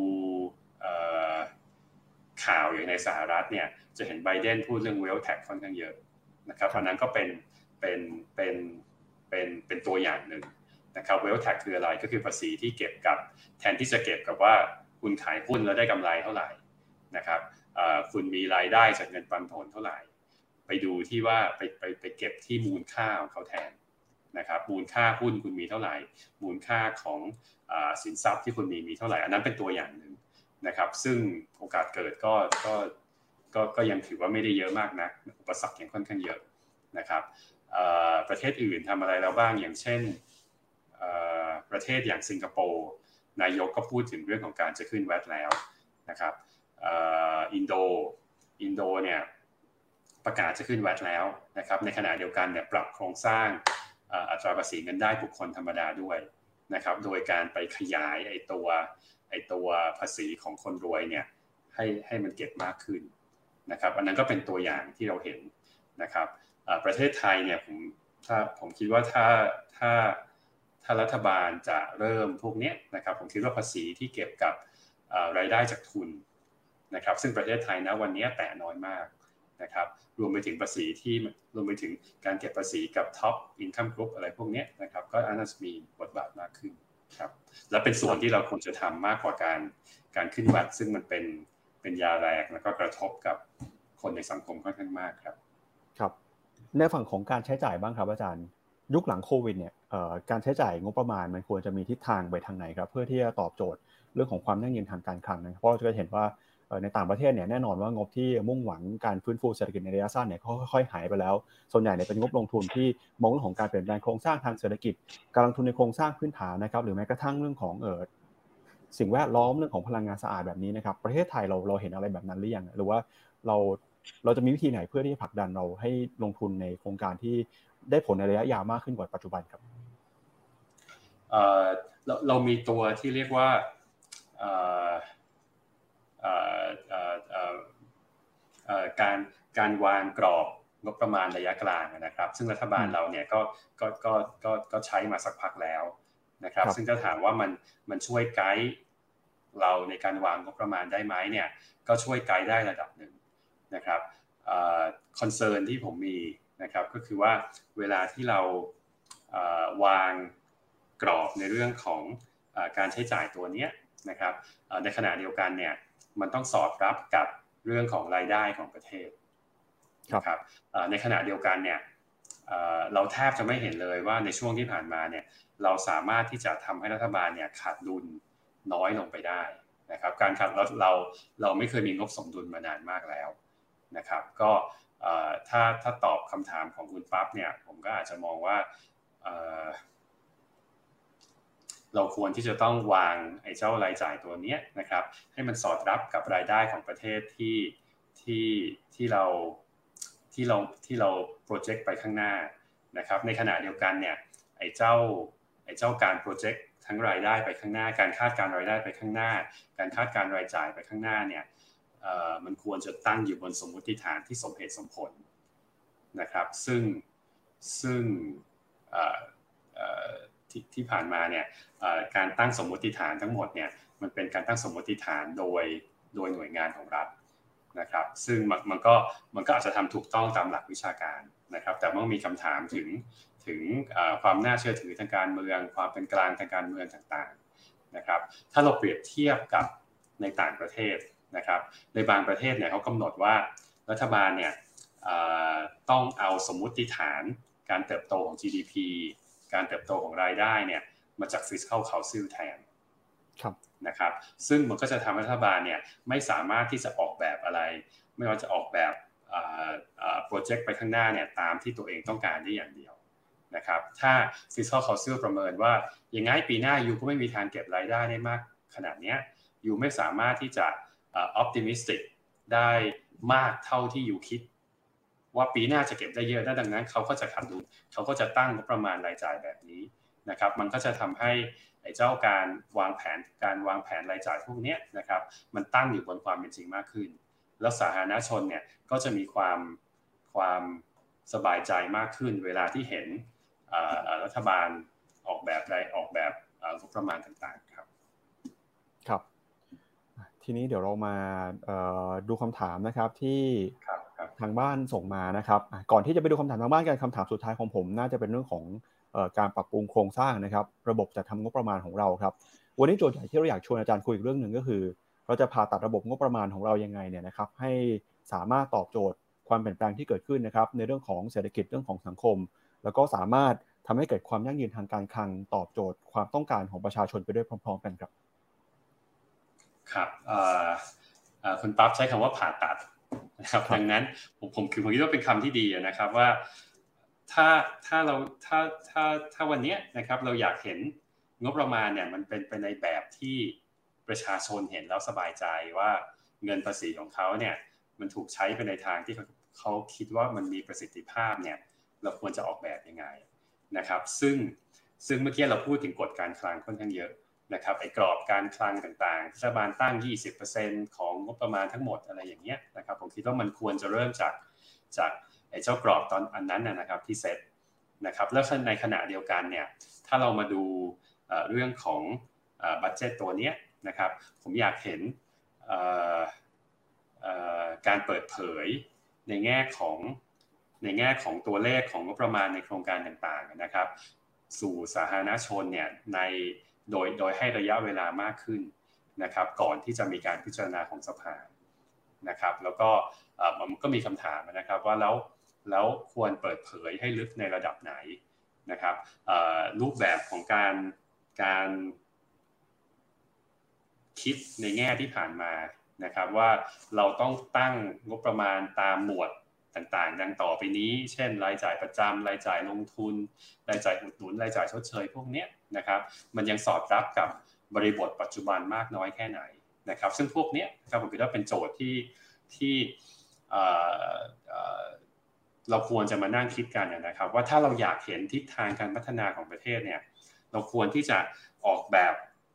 ข่าวอย่างในสหรัฐเนี่ยจะเห็นไบเดนพูดเรื่อง wealth tax ค่อนข้างเยอะนะครับอันนั้นก็เป็นตัวอย่างหนึ่งนะครับ wealth tax คืออะไรก็คือภาษีที่เก็บกับแทนที่จะเก็บกับว่าคุณขายหุ้นแล้วได้กำไรเท่าไหร่นะครับคุณมีรายได้จากเงินปันผลเท่าไหร่ไปดูที่ว่าไปเก็บที่มูลค่าของเขาแทนนะครับมูลค่าหุ้นคุณมีเท่าไหร่มูลค่าของสินทรัพย์ที่คุณมีเท่าไหร่อันนั้นเป็นตัวอย่างหนึ่งนะครับซึ่งโอกาสเกิดก็ยังถือว่าไม่ได้เยอะมากนะอุปสรรคยังค่อนข้างเยอะนะครับประเทศอื่นทำอะไรแล้วบ้างอย่างเช่นประเทศอย่างสิงคโปร์นายกก็พูดถึงเรื่องของการจะขึ้นแวตแล้วนะครับอินโดเนี่ยประกาศจะขึ้นแวตแล้วนะครับในขณะเดียวกันเนี่ยปรับโครงสร้างอัตราภาษีเงินได้บุคคลธรรมดาด้วยนะครับโดยการไปขยายไอ้ตัวภาษีของคนรวยเนี่ยให้มันเก็บมากขึ้นนะครับอันนั้นก็เป็นตัวอย่างที่เราเห็นนะครับประเทศไทยเนี่ยผมคิดว่าถ้ารัฐบาลจะเริ่มพวกนี้นะครับผมคิดว่าภาษีที่เก็บกับรายได้จากทุนนะครับซึ่งประเทศไทยนะวันนี้แตะน้อยมากนะครับรวมไปถึงภาษีที่รวมไปถึงการเก็บภาษีกับ Top Income Group อะไรพวกนี้นะครับก็น่าจะมีบทบาทมากขึ้นครับและเป็นส่วนที่เราควรจะทำมากกว่าการขึ้นวัดซึ่งมันเป็นยาแรงแล้วก็กระทบกับคนในสังคมค่อนข้างมากครับครับในฝั่งของการใช้จ่ายบ้างครับอาจารย์ยุคหลังโควิดเนี่ยการใช้จ่ายงบประมาณมันควรจะมีทิศทางไปทางไหนครับเพื่อที่จะตอบโจทย์เรื่องของความยั่งยืนทางการคลังนะเพราะเราจะเห็นว่าในต่างประเทศเนี่ยแน่นอนว่างบที่มุ่งหวังการฟื้นฟูเศรษฐกิจในระยะสั้นเนี่ยค่อยๆหายไปแล้วส่วนใหญ่เนี่ยเป็นงบลงทุนที่มองเรื่องของการเปลี่ยนแปลงโครงสร้างทางเศรษฐกิจการลงทุนในโครงสร้างพื้นฐานนะครับหรือแม้กระทั่งเรื่องของสิ่งแวดล้อมเรื่องของพลังงานสะอาดแบบนี้นะครับประเทศไทยเราเห็นอะไรแบบนั้นหรือยังหรือว่าเราจะมีวิธีไหนเพื่อที่จะผลักดันเราให้ลงทุนในโครงการที่ได้ผลในระยะยาวมากขึ้นกว่าปัจจุบันครับเรามีตัวที่เรียกว่าการวางกรอบงบประมาณระยะกลางนะครับซึ่งรัฐบาลเราเนี่ยก็ใช้มาสักพักแล้วนะครับซึ่งถ้าถามว่ามันช่วยไกด์เราในการวางงบประมาณได้ไหมเนี่ยก็ช่วยไกด์ได้ระดับหนึ่งนะครับคอนเซิร์นที่ผมมีนะครับก็คือว่าเวลาที่เราวางกรอบในเรื่องของการใช้จ่ายตัวนี้นะครับในขณะเดียวกันเนี่ยมันต้องสอดรับกับเรื่องของรายได้ของประเทศนะครับในขณะเดียวกันเนี่ยเราแทบจะไม่เห็นเลยว่าในช่วงที่ผ่านมาเนี่ยเราสามารถที่จะทำให้รัฐบาลเนี่ยขาดดุลน้อยลงไปได้นะครับการขาดเราไม่เคยมีงบสมดุลมานานมากแล้วนะครับก็ถ้าตอบคำถามของคุณปั๊บเนี่ยผมก็อาจจะมองว่าเราควรที่จะต้องวางไอ้เจ้ารายจ่ายตัวนี้นะครับให้มันสอดรับกับรายได้ของประเทศที่เราโปรเจกต์ไปข้างหน้านะครับในขณะเดียวกันเนี่ยไอ้เจ้าการโปรเจกต์ทั้งรายได้ไปข้างหน้าการคาดการรายได้ไปข้างหน้าการคาดการรายจ่ายไปข้างหน้าเนี่ยมันควรจะตั้งอยู่บนสมมติฐานที่สมเหตุสมผลนะครับซึ่งที่ผ่านมาเนี่ยการตั้งสมมติฐานทั้งหมดเนี่ยมันเป็นการตั้งสมมติฐานโดยหน่วยงานของรัฐนะครับซึ่งมันก็อาจจะทำถูกต้องตามหลักวิชาการนะครับแต่เมื่อมีคำถามถึงความน่าเชื่อถือทางการเมืองความเป็นกลางทางการเมืองต่างๆนะครับถ้าเราเปรียบเทียบกับในต่างประเทศนะครับในบางประเทศเนี่ยเขากำหนดว่ารัฐบาลเนี่ยต้องเอาสมมุติฐานการเติบโตของ GDP การเติบโตของรายได้เนี่ยมาจาก Fiscal Council แทนนะครับซึ่งมันก็จะทำให้รัฐบาลเนี่ยไม่สามารถที่จะออกแบบอะไรไม่ว่าจะออกแบบโปรเจกต์ไปข้างหน้าเนี่ยตามที่ตัวเองต้องการได้อย่างเดียวนะครับถ้า Fiscal Council ประเมินว่ายังไงปีหน้ายูก็ไม่มีทางเก็บรายได้ได้มากขนาดนี้ยูไม่สามารถที่จะoptimistic ได้มากเท่าที่ยูคิดว่าปีหน้าจะเก็บได้เยอะดังนั้นเขาก็จะขาดดุลเขาก็จะตั้งงบประมาณรายจ่ายแบบนี้นะครับมันก็จะทำให้เจ้าการวางแผนรายจ่ายพวกนี้นะครับมันตั้งอยู่บนความเป็นจริงมากขึ้นแล้วสาธารณชนเนี่ยก็จะมีความสบายใจมากขึ้นเวลาที่เห็นรัฐบาลออกแบบงบประมาณต่างๆครับครับทีนี้เดี๋ยวเรามาดูคำถามนะครับที่ทางบ้านส่งมานะครับก่อนที่จะไปดูคำถามทางบ้านกันคำถามสุดท้ายของผมน่าจะเป็นเรื่องของการปรับปรุงโครงสร้างนะครับระบบจัดทำงบประมาณของเราครับวันนี้โจทย์ใหญ่ที่เราอยากชวนอาจารย์คุยอีกเรื่องหนึ่งก็คือเราจะผ่าตัดระบบงบประมาณของเรายังไงเนี่ยนะครับให้สามารถตอบโจทย์ความเปลี่ยนแปลงที่เกิดขึ้นนะครับในเรื่องของเศรษฐกิจเรื่องของสังคมแล้วก็สามารถทำให้เกิดความยั่งยืนทางการคลังตอบโจทย์ความต้องการของประชาชนไปด้วยพร้อมๆกันครับครับคุณปั๊บใช้คำว่าผ่าตัดนะครับดังนั้นผมคิดว่าเป็นคำที่ดีนะครับว่าถ้าวันนี้นะครับเราอยากเห็นงบประมาณเนี่ยมันเป็นไปในแบบที่ประชาชนเห็นแล้วสบายใจว่าเงินภาษีของเขาเนี่ยมันถูกใช้ไปในทางที่เขาคิดว่ามันมีประสิทธิภาพเนี่ยเราควรจะออกแบบยังไงนะครับซึ่งเมื่อกี้เราพูดถึงกฎการคลังค่อนข้างเยอะนะครับไอ้กรอบการคลังต่างๆรัฐบาลตั้ง 20% ของงบประมาณทั้งหมดอะไรอย่างเงี้ยนะครับผมคิดว่ามันควรจะเริ่มจากไอ้เจ้ากรอบตอนอันนั้นนะครับที่เซตนะครับแล้วในขณะเดียวกันเนี่ยถ้าเรามาดูเรื่องของบัดเจ็ตตัวนี้นะครับผมอยากเห็นการเปิดเผยในแง่ของตัวเลขของงบประมาณในโครงการต่างๆนะครับสู่สาธารณชนเนี่ยโดยให้ระยะเวลามากขึ้นนะครับก่อนที่จะมีการพิจารณาของสภานะครับแล้วก็มันก็มีคำถามนะครับว่าแล้วควรเปิดเผยให้ลึกในระดับไหนนะครับรูปแบบของการคิดในแง่ที่ผ่านมานะครับว่าเราต้องตั้งงบประมาณตามหมวดต่างๆดังต่อไปนี้เช่นรายจ่ายประจำรายจ่ายลงทุนรายจ่ายอุดหนุนรายจ่ายชดเชยพวกนี้นะครับมันยังสอดรับกับบริบทปัจจุบันมากน้อยแค่ไหนนะครับซึ่งพวกนี้ครับผมคิดว่าเป็นโจทย์ที่เราควรจะมานั่งคิดกันนะครับว่าถ้าเราอยากเห็นทิศทางการพัฒนาของประเทศเนี่ยเราควรที่จะออกแบบ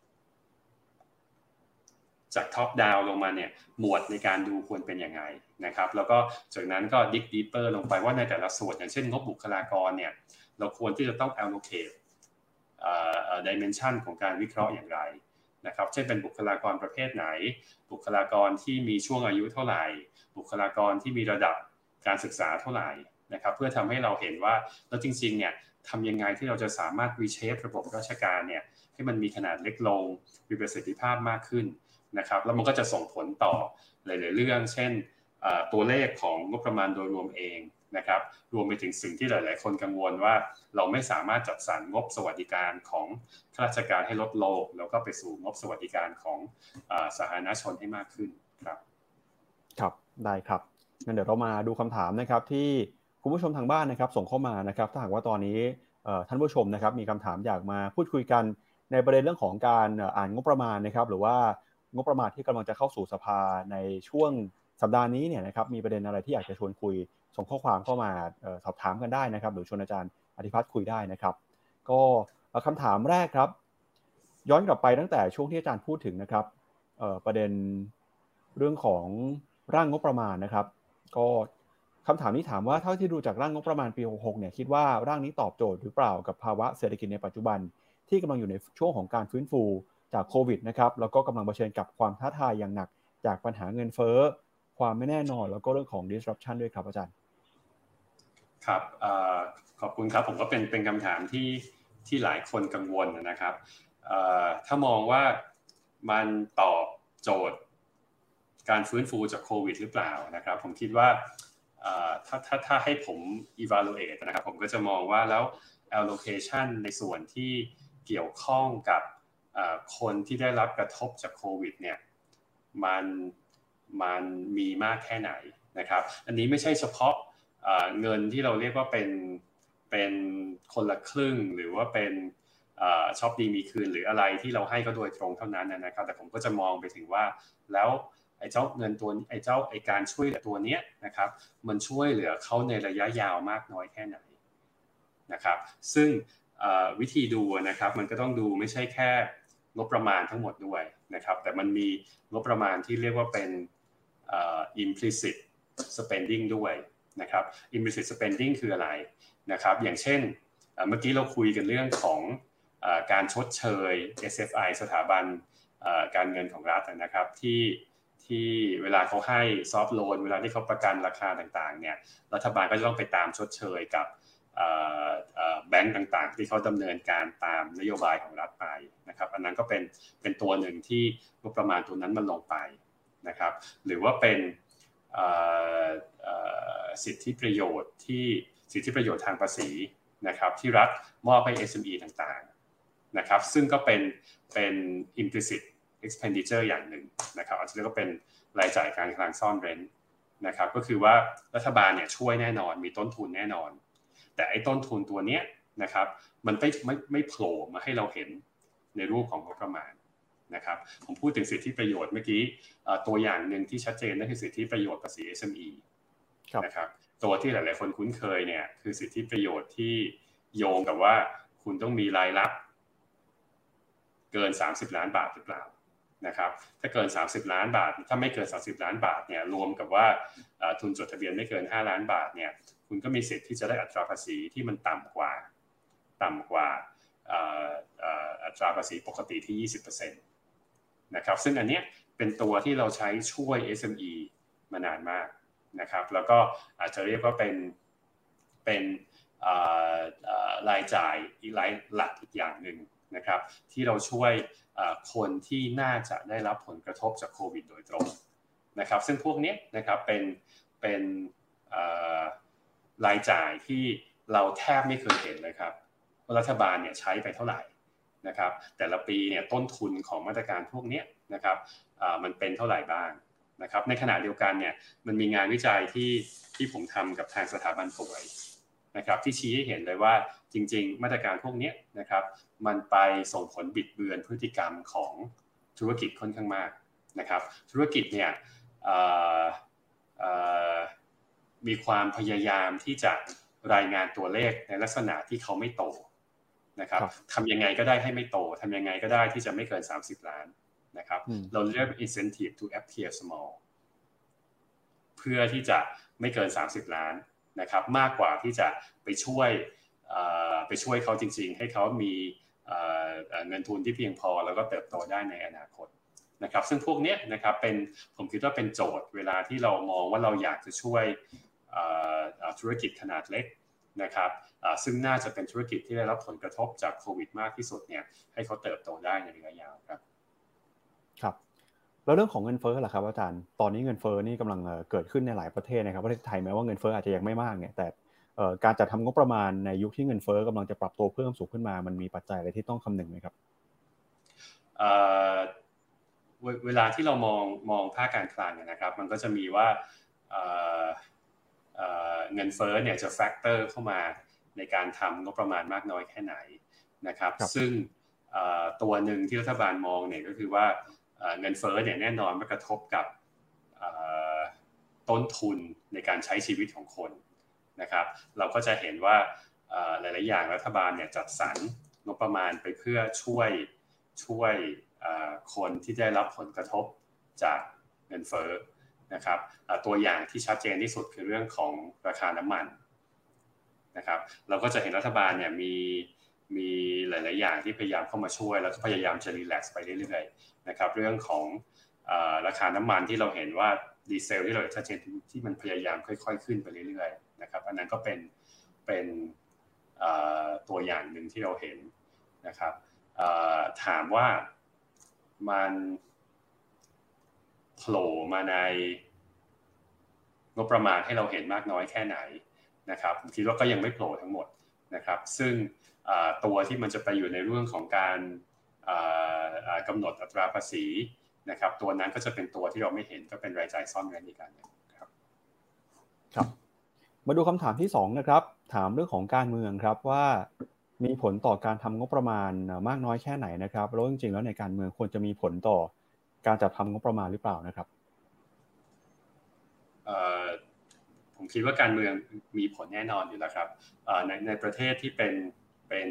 จากท็อปดาวน์ลงมาเนี่ยหมวดในการดูควรเป็นยังไงนะครับแล้วก็จากนั้นก็ดิกดีเปอร์ลงไปว่าในแต่ละส่วนอย่างเช่นงบบุคลากรเนี่ยเราควรที่จะต้อง allocate dimension ของการวิเคราะห์อย่างไรนะครับเช่นเป็นบุคลากรประเภทไหนบุคลากรที่มีช่วงอายุเท่าไหร่บุคลากรที่มีระดับการศึกษาเท่าไหร่นะครับเพื่อทำให้เราเห็นว่าแล้วจริงๆเนี่ยทำยังไงที่เราจะสามารถ reshape ระบบราชการเนี่ยให้มันมีขนาดเล็กลงมีประสิทธิภาพมากขึ้นนะครับแล้วมันก็จะส่งผลต่อหลายๆเรื่องเช่นตัวเลขของงบประมาณโดยรวมเองนะครับรวมไปถึงสิ่งที่หลายๆคนกังวลว่าเราไม่สามารถจัดสรรงบสวัสดิการของข้าราชการให้ลดลงแล้วก็ไปสู่งบสวัสดิการของสาธารณชนให้มากขึ้นครับครับได้ครับงั้นเดี๋ยวเรามาดูคำถามนะครับที่คุณผู้ชมทางบ้านนะครับส่งเข้ามานะครับถ้าหากว่าตอนนี้ท่านผู้ชมนะครับมีคำถามอยากมาพูดคุยกันในประเด็นเรื่องของการอ่านงบประมาณนะครับหรือว่างบประมาณที่กำลังจะเข้าสู่สภาในช่วงสัปดาห์นี้เนี่ยนะครับมีประเด็นอะไรที่อยากจะชวนคุยส่งข้อความเข้ามาสอบถามกันได้นะครับหรือชวนอาจารย์อธิพัฒน์คุยได้นะครับก็คำถามแรกครับย้อนกลับไปตั้งแต่ช่วงที่อาจารย์พูดถึงนะครับประเด็นเรื่องของร่างงบประมาณนะครับก็คำถามนี้ถามว่าเท่าที่ดูจากร่างงบประมาณปี66เนี่ยคิดว่าร่างนี้ตอบโจทย์หรือเปล่ากับภาวะเศรษฐกิจในปัจจุบันที่กำลังอยู่ในช่วงของการฟื้นฟูจากโควิดนะครับแล้วก็กำลังเผชิญกับความท้าทายอย่างหนักจากปัญหาเงินเฟ้อความไม่แน่นอนแล้วก็เรื่องของ disruption ด้วยครับอาจารย์ครับขอบคุณครับผมก็เป็นคำถามที่หลายคนกังวลนะครับถ้ามองว่ามันตอบโจทย์การฟื้นฟูจากโควิดหรือเปล่านะครับผมคิดว่าถ้าให้ผม evaluate นะครับผมก็จะมองว่าแล้ว allocation ในส่วนที่เกี่ยวข้องกับคนที่ได้รับกระทบจากโควิดเนี่ยมันมีมากแค่ไหนนะครับอันนี้ไม่ใช่เฉพาะเงินที่เราเรียกว่าเป็นคนละครึ่งหรือว่าเป็นช็อปดีมีคืนหรืออะไรที่เราให้ก็โดยตรงเท่านั้นนะครับแต่ผมก็จะมองไปถึงว่าแล้วไอ้เจ้าเงินตัวไอ้การช่วยเหลือตัวนี้นะครับมันช่วยเหลือเขาในระยะยาวมากน้อยแค่ไหนนะครับซึ่งวิธีดูนะครับมันก็ต้องดูไม่ใช่แค่งบประมาณทั้งหมดด้วยนะครับแต่มันมีงบประมาณที่เรียกว่าเป็นimplicit spending ด้วยนะครับ implicit spending คืออะไรนะครับอย่างเช่นเมื่อกี้เราคุยกันเรื่องของการชดเชย SFI สถาบันการเงินของรัฐนะครับที่เวลาเขาให้ซอฟท์โลนเวลาที่เขาประกันราคาต่างๆเนี่ยรัฐบาลก็จะต้องไปตามชดเชยกับแบงก์ต่างๆที่เขาดำเนินการตามนโยบายของรัฐไปนะครับอันนั้นก็เป็นตัวหนึ่งที่งบประมาณตัวนั้นมันลงไปนะครับหรือว่าเป็นสิทธิประโยชน์ทางภาษีนะครับที่รัฐมอบให้ SME ต่างๆนะครับซึ่งก็เป็น implicit expenditure อย่างหนึ่งนะครับอาจจะเรียกว่าเป็นรายจ่ายการคลังซ่อนเร้นนะครับก็คือว่ารัฐบาลเนี่ยช่วยแน่นอนมีต้นทุนแน่นอนแต่ไอ้ต้นทุนตัวเนี้ยนะครับมันไม่โผล่มาให้เราเห็นในรูปของงบประมาณนะครับผมพูดถึงสิทธิประโยชน์เมื่อกี้ตัวอย่างหนึ่งที่ชัดเจนนั่นคือสิทธิประโยชน์ภาษี SME นะครับตัวที่หลายๆคนคุ้นเคยเนี่ยคือสิทธิประโยชน์ที่โยงกับว่าคุณต้องมีรายรับเกิน30ล้านบาทหรือเปล่านะครับถ้าเกิน30ล้านบาทถ้าไม่เกิน30ล้านบาทเนี่ยรวมกับว่าทุนจดทะเบียนไม่เกิน5ล้านบาทเนี่ยคุณก็มีสิทธิ์ที่จะได้อัตราภาษีที่มันต่ำกว่าอัตราภาษีปกติที่ 20% นะครับซึ่งอันเนี้ยเป็นตัวที่เราใช้ช่วย SME มานานมากนะครับแล้วก็อาจจะเรียกว่าเป็นรายจ่ายอีกหลักอีกอย่างหนึ่งนะครับที่เราช่วยคนที่น่าจะได้รับผลกระทบจากโควิดโดยตรงนะครับซึ่งพวกนี้นะครับเป็นรายจ่ายที่เราแทบไม่เคยเห็นเลยครับว่ารัฐบาลเนี่ยใช้ไปเท่าไหร่นะครับแต่ละปีเนี่ยต้นทุนของมาตรการพวกนี้นะครับมันเป็นเท่าไหร่บ้างนะครับในขณะเดียวกันเนี่ยมันมีงานวิจัยที่ผมทำกับทางสถาบันป่วยนะครับที่ชี้ให้เห็นเลยว่าจริงๆมาตรการพวกนี้นะครับมันไปส่งผลบิดเบือนพฤติกรรมของธุรกิจค่อนข้างมากนะครับธุรกิจเนี่ยมีความพยายามที่จะรายงานตัวเลขในลักษณะที่เขาไม่โตนะครับทำยังไงก็ได้ให้ไม่โตทำยังไงก็ได้ที่จะไม่เกิน30ล้านนะครับเราเรียก incentive to appear small เพื่อที่จะไม่เกิน30ล้านนะครับมากกว่าที่จะไปช่วยเขาจริงๆให้เขามีเงินทุนที่เพียงพอแล้วก็เติบโตได้ในอนาคตนะครับซึ่งพวกนี้นะครับผมคิดว่าเป็นโจทย์เวลาที่เรามองว่าเราอยากจะช่วยธุรกิจขนาดเล็กนะครับซึ่งน่าจะเป็นธุรกิจที่ได้รับผลกระทบจากโควิดมากที่สุดเนี่ยให้เขาเติบโตได้ในระยะยาวครับครับแล้วเรื่องของเงินเฟ้อล่ะครับอาจารย์ตอนนี้เงินเฟ้อนี่กำลังเกิดขึ้นในหลายประเทศนะครับประเทศไทยแม้ว่าเงินเฟ้ออาจจะยังไม่มากเนี่ยแต่การจัดทำงบประมาณในยุคที่เงินเฟ้อกำลังจะปรับตัวเพิ่มสูงขึ้นมามันมีปัจจัยอะไรที่ต้องคำนึงไหมครับเวลาที่เรามองภาคการคลังนะครับมันก็จะมีว่าเงินเฟ้อเนี่ยจะแฟกเตอร์เข้ามาในการทำงบประมาณมากน้อยแค่ไหนนะครับซึ่งตัวหนึ่งที่รัฐบาลมองเนี่ยก็คือว่าเงินเฟ้อเนี่ยแน่นอนมันกระทบกับต้นทุนในการใช้ชีวิตของคนนะครับเราก็จะเห็นว่าหลายๆอย่างรัฐบาลเนี่ยจัดสรรงบประมาณไปเพื่อช่วยคนที่ได้รับผลกระทบจากเงินเฟ้อนะครับตัวอย่างที่ชัดเจนที่สุดคือเรื่องของราคาน้ำมันนะครับเราก็จะเห็นรัฐบาลเนี่ยมีหลายๆอย่างที่พยายามเข้ามาช่วยแล้วก็พยายามจะรีแลกซ์ไปเรื่อยๆนะครับเรื่องของราคาน้ำมันที่เราเห็นว่าดีเซลที่เราชัดเจนที่มันพยายามค่อยๆขึ้นไปเรื่อยๆนะครับอันนั้นก็เป็นตัวอย่างหนึ่งที่เราเห็นนะครับถามว่ามันโผล่มาในงบประมาณให้เราเห็นมากน้อยแค่ไหนนะครับผมคิดว่าก็ยังไม่โผล่ทั้งหมดนะครับซึ่งตัวที่มันจะไปอยู่ในเรื่องของการกำหนดอัตราภาษีนะครับตัวนั้นก็จะเป็นตัวที่เราไม่เห็นก็เป็นรายจ่ายซ่อนเร้นอีกอันนึงครับครับมาดูคำถามที่2นะครับถามเรื่องของการเมืองครับว่ามีผลต่อการทำงบประมาณมากน้อยแค่ไหนนะครับแล้วจริงๆแล้วในการเมืองควรจะมีผลต่อการจัดทำงบประมาณหรือเปล่านะครับผมคิดว่าการเมืองมีผลแน่นอนอยู่แล้วครับในประเทศที่เป็น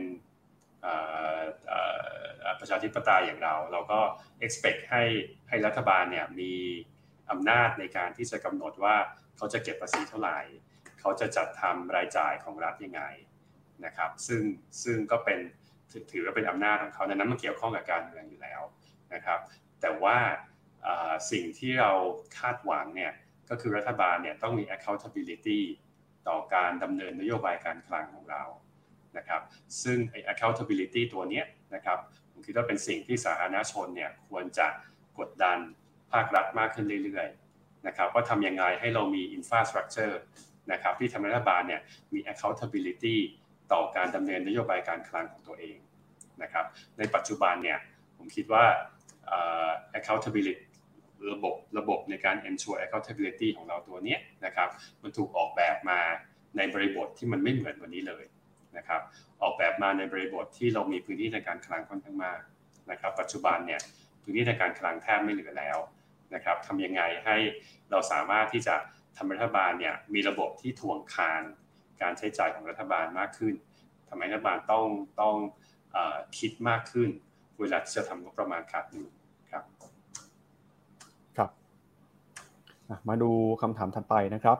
ประชาธิปไตยอย่างเราก็ expect ให้รัฐบาลเนี่ยมีอำนาจในการที่จะกำหนดว่าเขาจะเก็บภาษีเท่าไหร่เขาจะจัดทำรายจ่ายของรัฐยังไงนะครับซึ่งก็เป็นถือว่าเป็นอำนาจของเขาดังนั้นมันเกี่ยวข้องกับการเมืองอยู่แล้วนะครับแต่ว่าสิ่งที่เราคาดหวังเนี่ยก็คือรัฐบาลเนี่ยต้องมี accountability ต่อการดำเนินนโยบายการคลังของเรานะครับซึ่ง accountability ตัวนี้นะครับผมคิดว่าเป็นสิ่งที่สาธารณชนเนี่ยควรจะกดดันภาครัฐมากขึ้นเรื่อยๆนะครับว่าทำยังไงให้เรามี infrastructure นะครับที่ทำให้รัฐบาลเนี่ยมี accountability ต่อการดำเนินนโยบายการคลังของตัวเองนะครับในปัจจุบันเนี่ยผมคิดว่า accountability ระบบในการ ensure accountability ของเราตัวนี้นะครับมันถูกออกแบบมาในบริบทที่มันไม่เหมือนวันนี้เลยนะครับออกแบบมาในบริบทที่เรามีพื้นที่ในการคลังค่อนข้างมากนะครับปัจจุบันเนี่ยพื้นที่ในการคลังแทบไม่เหลือแล้วนะครับทำยังไงให้เราสามารถที่จะทำรัฐบาลเนี่ยมีระบบที่ถ่วงคานการใช้จ่ายของรัฐบาลมากขึ้นทำให้รัฐบาลต้องคิดมากขึ้นเวลาที่จะทำงบประมาณขาดดุลครับครับมาดูคำถามถัดไปนะครับ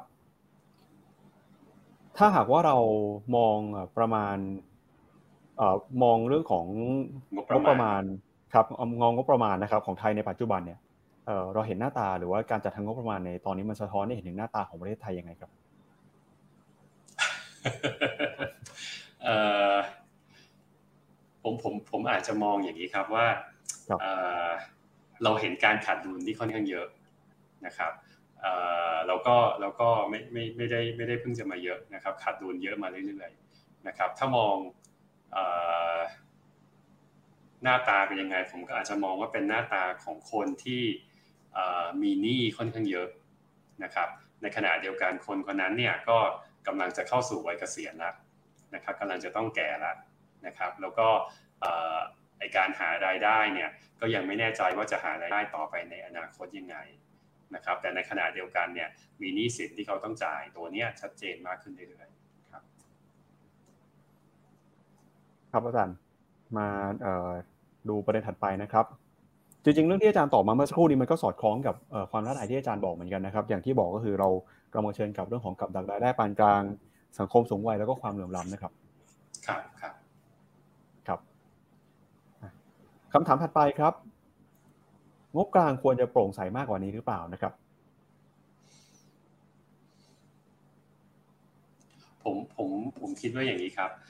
ถ้าหากว่าเรามองประมาณมองเรื่องของงบประมาณครับงบประมาณนะครับของไทยในปัจจุบันเนี่ยเราเห็นหน้าตาหรือว่าการจัดทำงบประมาณในตอนนี้มันสะท้อนให้เห็นถึงหน้าตาของประเทศไทยยังไงครับผมอาจจะมองอย่างนี้ครับว่าเราเห็นการขาดดุลที่ค่อนข้างเยอะนะครับเราก็ไม่ได้เพิ่งจะมาเยอะนะครับขาดดุลเยอะมาเรื่อยๆนะครับถ้ามองหน้าตาเป็นยังไงผมก็อาจจะมองว่าเป็นหน้าตาของคนที่มีหนี้ค่อนข้างเยอะนะครับในขณะเดียวกันคนนั้นเนี่ยก็กำลังจะเข้าสู่วัยเกษียณแล้วนะครับกำลังจะต้องแก่แล้วนะครับแล้วก็ในการหารายได้เนี่ยก็ยังไม่แน่ใจว่าจะหารายได้ต่อไปในอนาคตยังไงนะครับแต่ในขณะเดียวกันเนี่ยมีหนี้สินที่เขาต้องจ่ายตัวนี้ชัดเจนมากขึ้นเรื่อยๆครับครับอาจารย์มาดูประเด็นถัดไปนะครับจริงๆเรื่องที่อาจารย์ตอบมาเมื่อสักครู่นี้มันก็สอดคล้องกับความท้าทายที่อาจารย์บอกเหมือนกันนะครับอย่างที่บอกก็คือเรากำลังเผชิญกับเรื่องของกับดักรายได้ปานกลางสังคมสูงวัยแล้วก็ความเหลื่อมล้ำนะครับครับคำถามถัดไปครับงบกลางควรจะโปร่งใสมากกว่านี้หรือเปล่านะครับผมคิดว่าอย่างนี้ครับ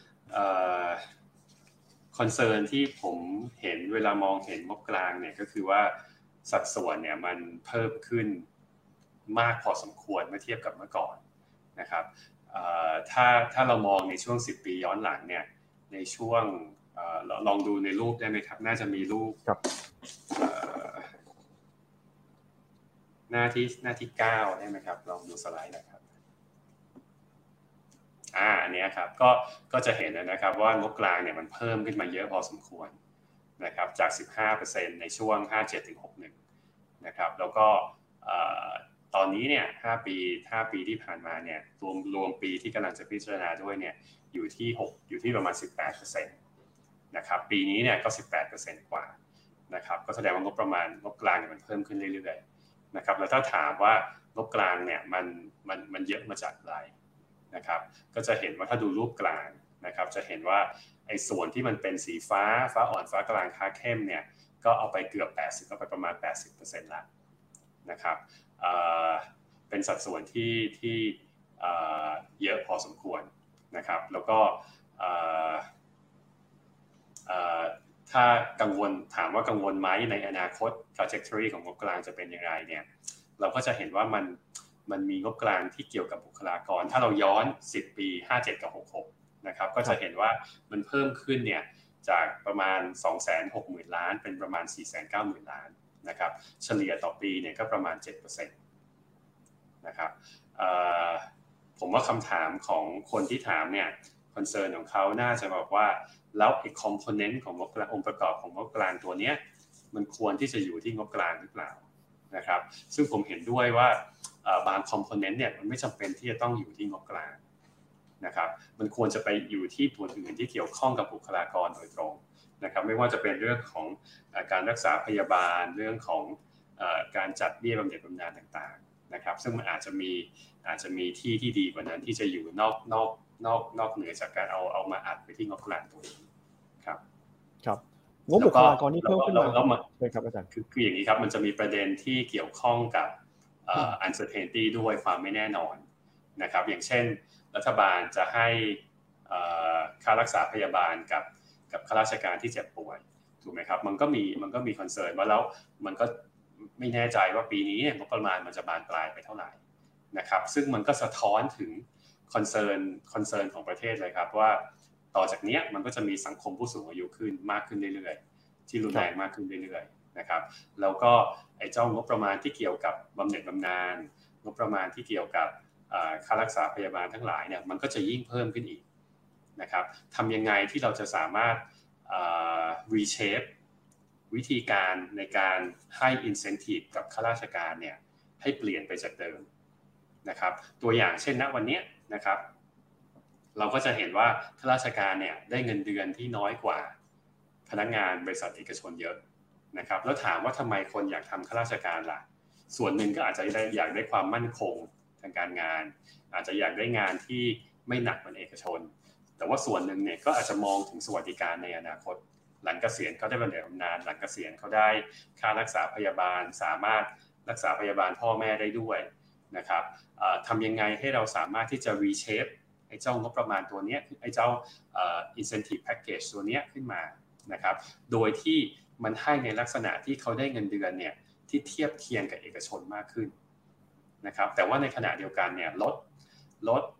คอนเซิร์นที่ผมเห็นเวลามองเห็นงบกลางเนี่ยก็คือว่าสัดส่วนเนี่ยมันเพิ่มขึ้นมากพอสมควรเมื่อเทียบกับเมื่อก่อนนะครับถ้าเรามองในช่วง10 ปีย้อนหลังเนี่ยในช่วงลองดูในรูปได้ไหมครับน่าจะมีรูปหน้าที่9ได้ไหมครับลองดูสไลด์นะครับอันนี้ครับก็จะเห็นนะครับว่างบกลางเนี่ยมันเพิ่มขึ้นมาเยอะพอสมควรนะครับจาก 15% ในช่วง 57-61 นะครับแล้วก็ตอนนี้เนี่ย5 ปีที่ผ่านมาเนี่ยรวมปีที่กำลังจะพิจารณาด้วยเนี่ยอยู่ที่ประมาณ 18% นะครับปีนี้เนี่ยก็ 18% กว่านะครับก็แสดงว่างบกลางเนี่ยมันเพิ่มขึ้นเรื่อยๆนะครับแล้วถ้าถามว่างบกลางเนี่ยมันเยอะมาจากอะไรนะครับก็จะเห็นว่าถ้าดูรูปกลางนะครับจะเห็นว่าไอ้ส่วนที่มันเป็นสีฟ้าอ่อนฟ้ากลางค้าเข้มเนี่ยก็เอาไปเกือบ80เอาไปประมาณ 80% แล้วนะครับเป็นสัดส่วนที่เยอะพอสมควรนะครับแล้วก็ถ้าถามว่ากังวลไหมในอนาคต trajectory ของงบกลางจะเป็นอย่างไรเนี่ยเราก็จะเห็นว่ามันมีงบกลางที่เกี่ยวกับบุคลากรถ้าเราย้อน10 ปี57กับ66นะครับก็จะเห็นว่ามันเพิ่มขึ้นเนี่ยจากประมาณ 260,000 ล้านเป็นประมาณ 490,000 ล้านนะครับเฉลี่ยต่อปีเนี่ยก็ประมาณ 7% นะครับผมว่าคำถามของคนที่ถามเนี่ยคอนเซิร์นของเขาน่าจะบอกว่าแล้วไอ้คอมโพเนนต์ของงบกลางองค์ประกอบของงบกลางตัวนี้มันควรที่จะอยู่ที่งบกลางหรือเปล่านะครับซึ่งผมเห็นด้วยว่าบางคอมโพเนนต์เนี่ยมันไม่จำเป็นที่จะต้องอยู่ที่งบกลางนะครับมันควรจะไปอยู่ที่ส่วนอื่นที่เกี่ยวข้องกับบุคลากรโดยตรงนะครับไม่ว่าจะเป็นเรื่องของการรักษาพยาบาลเรื่องของการจัดเบี้ยบำเหน็จบำนาญต่างๆนะครับซึ่งมันอาจจะมีที่ดีกว่านั้นที่จะอยู่นอกเหนือจากการเอามาอัดไปที่งบกลางตัวนี้ครับงบบุคลากรที่เพิ่มขึ้นมาใช่ครับอาจารย์คืออย่างนี้ครับมันจะมีประเด็นที่เกี่ยวข้องกับuncertainty ด้วยความไม่แน่นอนนะครับอย่างเช่นรัฐบาลจะให้ค่ารักษาพยาบาลกับข้าราชการที่เจ็บป่วยถูกไหมครับมันก็มีคอนเซิร์นว่าแล้วมันก็ไม่แน่ใจว่าปีนี้งบประมาณมันจะบานปลายไปเท่าไหร่นะครับซึ่งมันก็สะท้อนถึงคอนเซิร์นของประเทศเลยครับว่าต่อจากนี้มันก็จะมีสังคมผู้สูงอายุขึ้นมากขึ้นเรื่อยๆที่รุนแรงมากขึ้นเรื่อยนะครับแล้วก็ไอ้เจ้างบประมาณที่เกี่ยวกับบำเหน็จบำนาญงบประมาณที่เกี่ยวกับค่ารักษาพยาบาลทั้งหลายเนี่ยมันก็จะยิ่งเพิ่มขึ้นอีกนะครับทำยังไงที่เราจะสามารถreshape วิธีการในการให้ incentive กับข้าราชการเนี่ยให้เปลี่ยนไปจากเดิมนะครับตัวอย่างเช่นณวันนี้นะครับเราก็จะเห็นว่าข้าราชการเนี่ยได้เงินเดือนที่น้อยกว่าพนักงานบริษัทเอกชนเยอะนะครับแล้วถามว่าทำไมคนอยากทำข้าราชการล่ะส่วนหนึ่งก็อาจจะอยากได้ความมั่นคงทางการงานอาจจะอยากได้งานที่ไม่หนักเหมือนเอกชนแต่ว่าส่วนหนึ่งเนี่ยก็อาจจะมองถึงสวัสดิการในอนาคตหลังเกษียณเขาได้บำเหน็จบำนาญหลังเกษียณเขาได้ค่ารักษาพยาบาลสามารถรักษาพยาบาลพ่อแม่ได้ด้วยนะครับทำยังไงให้เราสามารถที่จะ reshape ไอ้เจ้างบประมาณตัวนี้ไอ้เจ้าincentive package ตัวนี้ขึ้นมานะครับโดยที่มันให้ในลักษณะที่เขาได้เงินเดือนเนี่ยที่เทียบเคียงกับเอกชนมากขึ้นนะครับแต่ว่าในขณะเดียวกันเนี่ยลด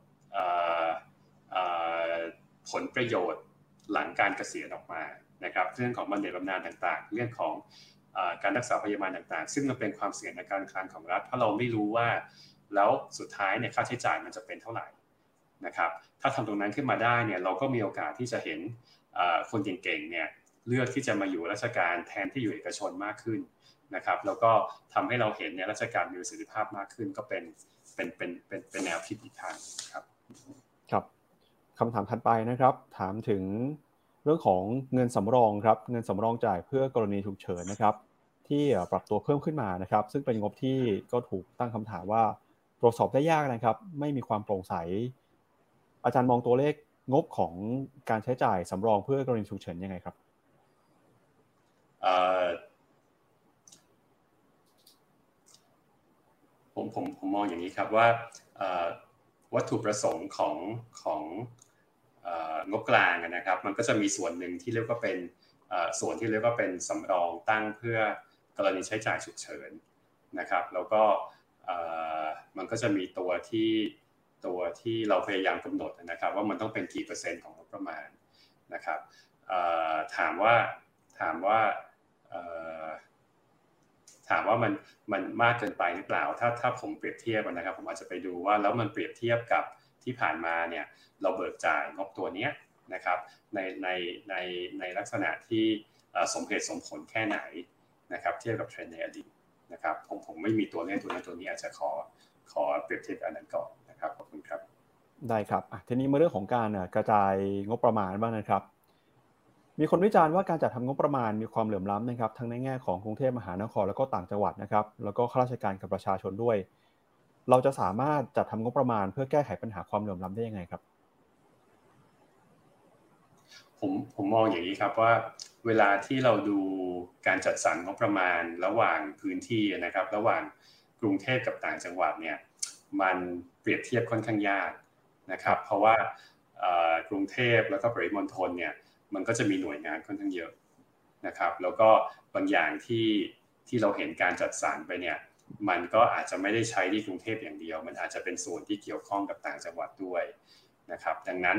ผลประโยชน์หลังการเกษียณออกมานะครับเรื่องของบำเหน็จบำนาญต่างๆเรื่องของการรักษาพยาบาลต่างๆซึ่งมันเป็นความเสี่ยงในการคลังของรัฐเพราะเราไม่รู้ว่าแล้วสุดท้ายเนี่ยค่าใช้จ่ายมันจะเป็นเท่าไหร่นะครับถ้าทำตรงนั้นขึ้นมาได้เนี่ยเราก็มีโอกาสที่จะเห็นคนเก่งๆเนี่ยเลือกที่จะมาอยู่ราชการแทนที่อยู่เอกชนมากขึ้นนะครับแล้วก็ทำให้เราเห็นเนี่ยราชการมีประสิทธิภาพมากขึ้นก็เป็นแนวคิดอีกทางครับครับคำถามถัดไปนะครับถามถึงเรื่องของเงินสำรองครับเงินสำรองจ่ายเพื่อกรณีฉุกเฉินนะครับที่ปรับตัวเพิ่มขึ้นมานะครับซึ่งเป็นงบที่ก็ถูกตั้งคำถามว่าตรวจสอบได้ยากนะครับไม่มีความโปร่งใสอาจารย์มองตัวเลขงบของการใช้จ่ายสำรองเพื่อกรณีฉุกเฉินยังไงครับผมมองอย่างนี้ครับว่าวัตถุประสงค์ของงบกลางนะครับมันก็จะมีส่วนหนึ่งที่เรียกว่าเป็นส่วนที่เรียกว่าเป็นสำรองตั้งเพื่อกรณีใช้จ่ายฉุกเฉินนะครับแล้วก็มันก็จะมีตัวที่เราพยายามกำหนดนะครับว่ามันต้องเป็นกี่เปอร์เซ็นต์ของงบประมาณนะครับถามว่ามันมากเกินไปหรือเปล่าถ้าผมเปรียบเทียบนะครับผมอาจจะไปดูว่าแล้วมันเปรียบเทียบกับที่ผ่านมาเนี่ยเราเบิกจ่ายงบตัวนี้นะครับในลักษณะที่สมเหตุสมผลแค่ไหนนะครับเทียบกับเทรนด์ในอดีตนะครับผมไม่มีตัวเลขตัวนี้อาจจะขอเปรียบเทียบอันนั้นก่อนนะครับขอบคุณครับได้ครับทีนี้มาเรื่องของการกระจายงบประมาณบ้างนะครับมีคนวิจารณ์ว่าการจัดทำงบประมาณมีความเหลื่อมล้ำนะครับทั้งในแง่ของกรุงเทพมหานครแล้วก็ต่างจังหวัดนะครับแล้วก็ข้าราชการกับประชาชนด้วยเราจะสามารถจัดทำงบประมาณเพื่อแก้ไขปัญหาความเหลื่อมล้ำได้ยังไงครับผมมองอย่างนี้ครับว่าเวลาที่เราดูการจัดสรรงบประมาณระหว่างพื้นที่นะครับระหว่างกรุงเทพกับต่างจังหวัดเนี่ยมันเปรียบเทียบค่อนข้างยากนะครับเพราะว่ากรุงเทพแล้วก็ปริมณฑลเนี่ยมันก็จะมีหน่วยงานค่อนข้างเยอะนะครับแล้วก็บางอย่างที่เราเห็นการจัดสรรไปเนี่ยมันก็อาจจะไม่ได้ใช้ที่กรุงเทพอย่างเดียวมันอาจจะเป็นส่วนที่เกี่ยวข้องกับต่างจังหวัดด้วยนะครับดังนั้น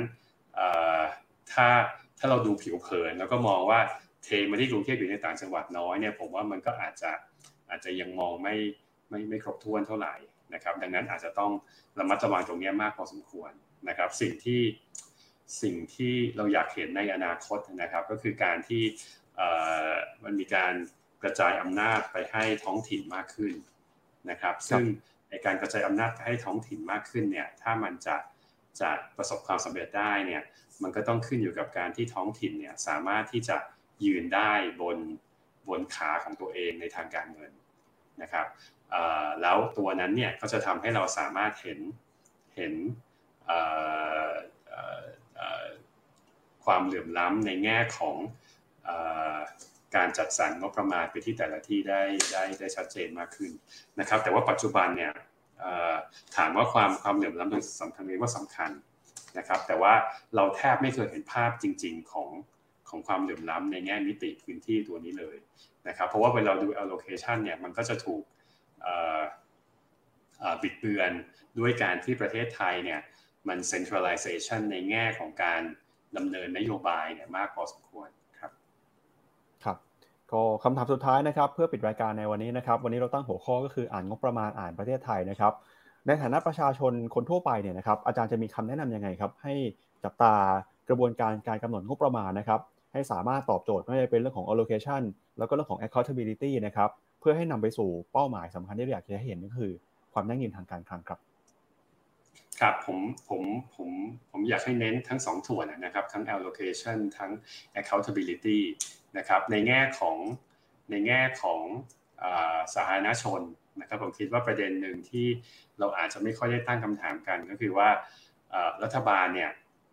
ถ้าเราดูผิวเผินแล้วก็มองว่าเทมาที่กรุงเทพอยู่ในต่างจังหวัดน้อยเนี่ยผมว่ามันก็อาจจะยังมองไม่ครบถ้วนเท่าไหร่นะครับดังนั้นอาจจะต้องระมัดระวังตรงนี้มากพอสมควรนะครับสิ่งที่เราอยากเห็นในอนาคตนะครับก็คือการที่มันมีการกระจายอำนาจไปให้ท้องถิ่นมากขึ้นนะครับซึ่งในการกระจายอำนาจไปให้ท้องถิ่นมากขึ้นเนี่ยถ้ามันจะประสบความสำเร็จได้เนี่ยมันก็ต้องขึ้นอยู่กับการที่ท้องถิ่นเนี่ยสามารถที่จะยืนได้บนขาของตัวเองในทางการเงินนะครับแล้วตัวนั้นเนี่ยก็จะทำให้เราสามารถเห็นความเหลื่อมล้ำในแง่ของการจัดสรรงบประมาณไปที่แต่ละที่ได้ชัดเจนมากขึ้นนะครับแต่ว่าปัจจุบันเนี่ยถามว่าความเหลื่อมล้ำตรงสำคัญไหมว่าสำคัญนะครับแต่ว่าเราแทบไม่เคยเห็นภาพจริงๆของความเหลื่อมล้ำในแง่มิติพื้นที่ตัวนี้เลยนะครับเพราะว่าเวลาดู allocation เนี่ยมันก็จะถูกบิดเบือนด้วยการที่ประเทศไทยเนี่ยมัน centralization ในแง่ของการดำเนินนโยบายเนี่ยมากพอสมควรครับครับก็คำถามสุดท้ายนะครับเพื่อปิดรายการในวันนี้นะครับวันนี้เราตั้งหัวข้อก็คืออ่านงบประมาณอ่านประเทศไทยนะครับในฐานะประชาชนคนทั่วไปเนี่ยนะครับอาจารย์จะมีคำแนะนำยังไงครับให้จับตากระบวนการกำหนดงบประมาณนะครับให้สามารถตอบโจทย์ไม่ว่าจะเป็นเรื่องของ allocation แล้วก็เรื่องของ accountability นะครับเพื่อให้นำไปสู่เป้าหมายสำคัญที่เราอยากจะให้เห็นก็คือความยั่งยืนทางการคลังครับครับผมอยากให้เน้นทั้ง2ส่วนนะครับทั้ง allocation ทั้ง accountability นะครับในแง่ของสาธารณชนนะครับผมคิดว่าประเด็นหนึ่งที่เราอาจจะไม่ค่อยได้ตั้งคำถามกันก็คือว่ารัฐบาลเนี่ย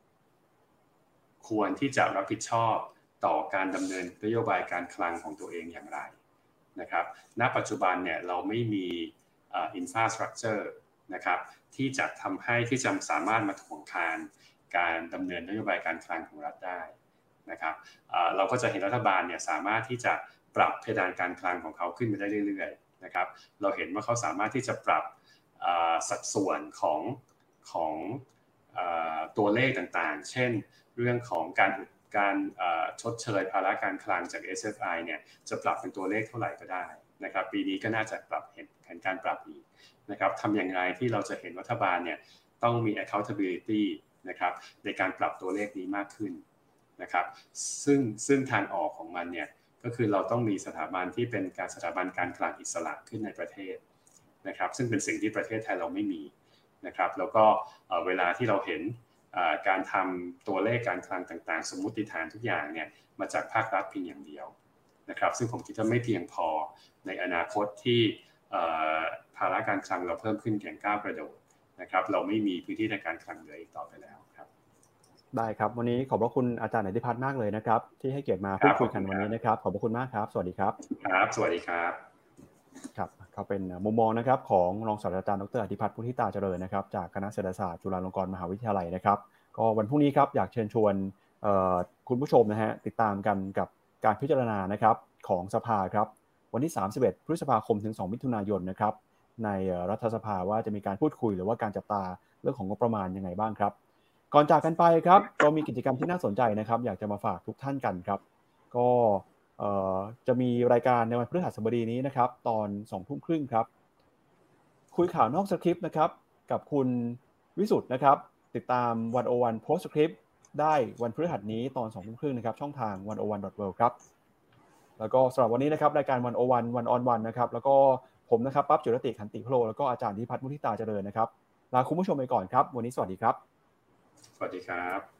ควรที่จะรับผิดชอบต่อการดำเนินนโยบายการคลังของตัวเองอย่างไรนะครับณปัจจุบันเนี่ยเราไม่มีinfrastructure นะครับที่จะทำให้ที่จะสามารถมาถ่วงคานการดำเนินนโยบายการคลังของรัฐได้นะครับเราก็จะเห็นรัฐบาลเนี่ยสามารถที่จะปรับเพดานการคลังของเขาขึ้นไปได้เรื่อยๆนะครับเราเห็นว่าเขาสามารถที่จะปรับสัดส่วนของตัวเลขต่างๆเช่นเรื่องของการชดเชยภาระการคลังจาก SFI เนี่ยจะปรับเป็นตัวเลขเท่าไหร่ก็ได้นะครับปีนี้ก็น่าจะปรับเห็นการปรับอีกนะครับทำอย่างไรที่เราจะเห็นรัฐบาลเนี่ยต้องมี accountability นะครับในการปรับตัวเลขนี้มากขึ้นนะครับซึ่งทางออกของมันเนี่ยก็คือเราต้องมีสถาบันที่เป็นสถาบันการคลังอิสระขึ้นในประเทศนะครับซึ่งเป็นสิ่งที่ประเทศไทยเราไม่มีนะครับแล้วก็เวลาที่เราเห็นการทำตัวเลขการคลังต่างๆสมมุติฐานทุกอย่างเนี่ยมาจากภาครัฐเพียงอย่างเดียวนะครับซึ่งผมคิดว่าไม่เพียงพอในอนาคตที่ภาระการคลังเราเพิ่มขึ้นอย่างก้าวกระโดดนะครับเราไม่มีพื้นที่ในการคลังเหลืออีกต่อไปแล้วครับได้ครับวันนี้ขอบพระคุณอาจารย์อธิพัฒน์มากเลยนะครับที่ให้เกียรติมาพูดคุยกันวันนี้นะครับขอบพระคุณมากครับสวัสดีครับครับสวัสดีครับครับเขาเป็นมุมมองนะครับของรองศาสตราจารย์ดรอธิพัฒน์พุทธิตาเจริญนะครับจากคณะเศรษฐศาสตร์จุฬาลงกรณ์มหาวิทยาลัยนะครับก็วันพรุ่งนี้ครับอยากเชิญชวนคุณผู้ชมนะฮะติดตามกันกับการพิจารณานะครับของสภาครับวันที่31พฤษภาคมถึง2มิถุนายนนะครับในรัฐสภาว่าจะมีการพูดคุยหรือว่าการจับตาเรื่องของงบประมาณยังไงบ้างครับก่อนจากกันไปครับเรามีกิจกรรมที่น่าสนใจนะครับอยากจะมาฝากทุกท่านกันครับก็จะมีรายการในวันพฤหัสบดีนี้นะครับตอน 20:30 นครับคุยข่าวนอกสคริปต์นะครับกับคุณวิสุทธ์นะครับติดตาม101 Post Script ได้วันพฤหัสนี้ตอน 20:30 นนะครับช่องทาง101.world ครับแล้วก็สำหรับวันนี้นะครับรายการ101 One on One นะครับแล้วก็ผมนะครับปั๊บจุรติขันติพโลแล้วก็อาจารย์ธิพัฒน์มุทิตาเจริญนะครับลาคุณผู้ชมไปก่อนครับวันนี้สวัสดีครับสวัสดีครับ